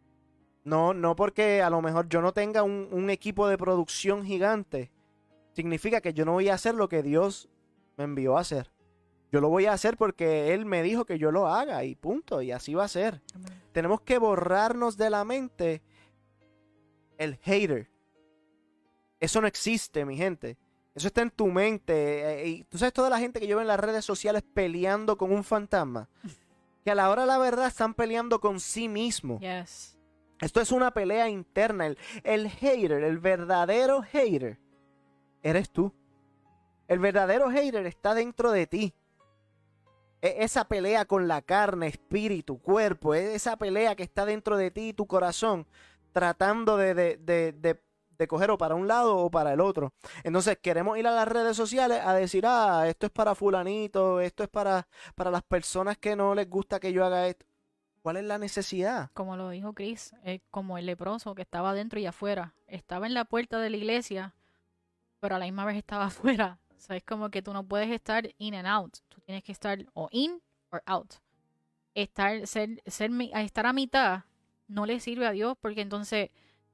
No porque a lo mejor yo no tenga un equipo de producción gigante. Significa que yo no voy a hacer lo que Dios me envió a hacer. Yo lo voy a hacer porque Él me dijo que yo lo haga y punto. Y así va a ser. Amén. Tenemos que borrarnos de la mente el hater. Eso no existe, mi gente. Eso está en tu mente. Y tú sabes toda la gente que yo veo en las redes sociales peleando con un fantasma. Que a la hora de la verdad están peleando con sí mismo. Yes. Esto es una pelea interna. El hater, el verdadero hater, eres tú. El verdadero hater está dentro de ti. Esa pelea con la carne, espíritu, cuerpo, esa pelea que está dentro de ti y tu corazón, tratando de coger o para un lado o para el otro. Entonces queremos ir a las redes sociales a decir, esto es para fulanito, esto es para las personas que no les gusta que yo haga esto. ¿Cuál es la necesidad? Como lo dijo Chris, como el leproso que estaba adentro y afuera. Estaba en la puerta de la iglesia, pero a la misma vez estaba afuera. O sea, es como que tú no puedes estar in and out. Tú tienes que estar o in or out. Estar a mitad no le sirve a Dios porque entonces,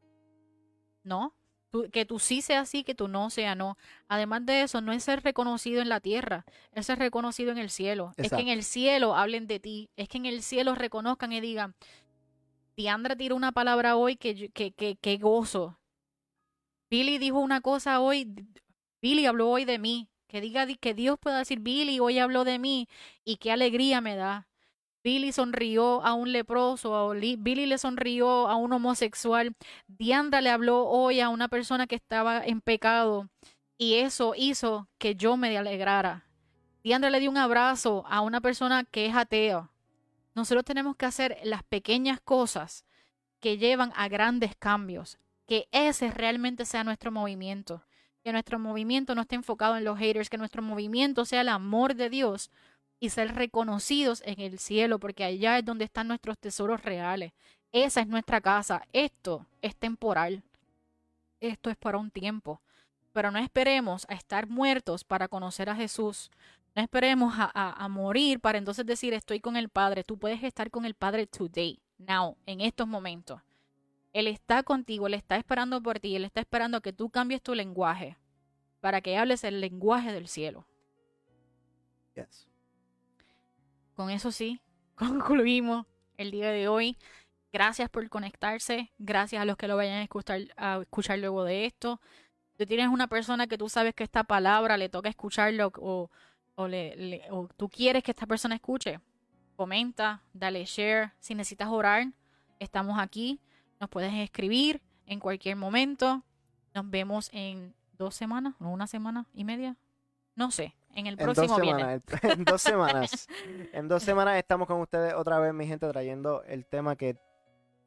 no. Que tú sí seas sí, que tú no seas no. Además de eso, no es ser reconocido en la tierra, es ser reconocido en el cielo. Exacto. Es que en el cielo hablen de ti, es que en el cielo reconozcan y digan, Diandra tiró una palabra hoy que gozo. Billy dijo una cosa hoy, Billy habló hoy de mí. Que diga que Dios pueda decir, Billy hoy habló de mí y qué alegría me da. Billy sonrió a un leproso, Billy le sonrió a un homosexual, Diandra le habló hoy a una persona que estaba en pecado y eso hizo que yo me alegrara. Diandra le dio un abrazo a una persona que es atea. Nosotros tenemos que hacer las pequeñas cosas que llevan a grandes cambios, que ese realmente sea nuestro movimiento, que nuestro movimiento no esté enfocado en los haters, que nuestro movimiento sea el amor de Dios y ser reconocidos en el cielo, porque allá es donde están nuestros tesoros reales. Esa es nuestra casa. Esto es temporal. Esto es para un tiempo. Pero no esperemos a estar muertos para conocer a Jesús. No esperemos a morir para entonces decir estoy con el Padre. Tú puedes estar con el Padre today, now, en estos momentos. Él está contigo, Él está esperando por ti, Él está esperando que tú cambies tu lenguaje para que hables el lenguaje del cielo. Yes. Con eso sí, concluimos el día de hoy. Gracias por conectarse. Gracias a los que lo vayan a escuchar luego de esto. Si tú tienes una persona que tú sabes que esta palabra le toca escucharlo o tú quieres que esta persona escuche, comenta, dale share. Si necesitas orar, estamos aquí. Nos puedes escribir en cualquier momento. Nos vemos en 2 semanas, o 1 semana y media. No sé. En el próximo viernes. En 2 semanas. En 2 semanas estamos con ustedes otra vez, mi gente, trayendo el tema que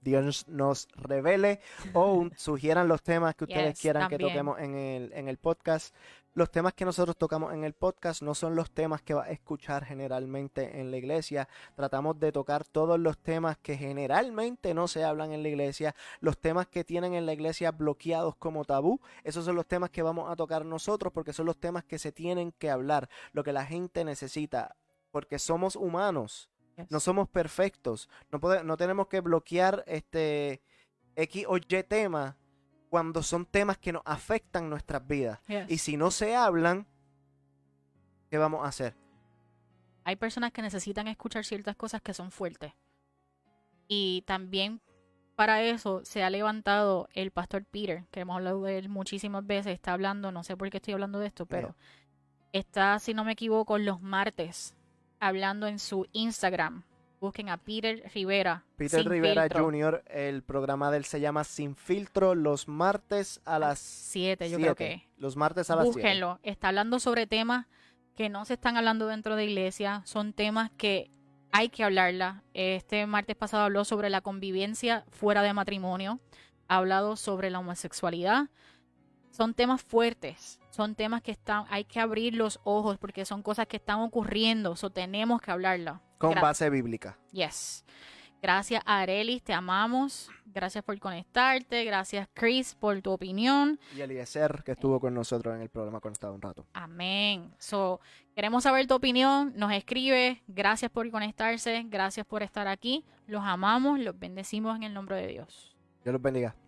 Dios nos revele o sugieran los temas que ustedes Yes, quieran que también. toquemos en el podcast. Los temas que nosotros tocamos en el podcast no son los temas que vas a escuchar generalmente en la iglesia. Tratamos de tocar todos los temas que generalmente no se hablan en la iglesia, los temas que tienen en la iglesia bloqueados como tabú. Esos son los temas que vamos a tocar nosotros porque son los temas que se tienen que hablar, lo que la gente necesita, porque somos humanos. Yes. No somos perfectos. No tenemos que bloquear X o Y tema cuando son temas que nos afectan nuestras vidas. Yes. Y si no se hablan, ¿qué vamos a hacer? Hay personas que necesitan escuchar ciertas cosas que son fuertes. Y también para eso se ha levantado el pastor Peter, que hemos hablado de él muchísimas veces. Está hablando, no sé por qué estoy hablando de esto, pero está, si no me equivoco, los martes hablando en su Instagram. Busquen a Peter Rivera. Peter Sin Rivera Filtro. Jr., el programa de él se llama Sin Filtro, los martes a las 7, yo creo que. Los martes a las 7. Búsquenlo. Está hablando sobre temas que no se están hablando dentro de iglesia. Son temas que hay que hablarla. Este martes pasado habló sobre la convivencia fuera de matrimonio. Ha hablado sobre la homosexualidad. Son temas fuertes. Son temas que hay que abrir los ojos porque son cosas que están ocurriendo. Eso tenemos que hablarla. Con base bíblica. Yes. Gracias, Arelis, te amamos. Gracias por conectarte. Gracias, Chris, por tu opinión. Y Eliezer, que estuvo con nosotros en el programa conectado un rato. Amén. Queremos saber tu opinión. Nos escribe. Gracias por conectarse. Gracias por estar aquí. Los amamos. Los bendecimos en el nombre de Dios. Dios los bendiga.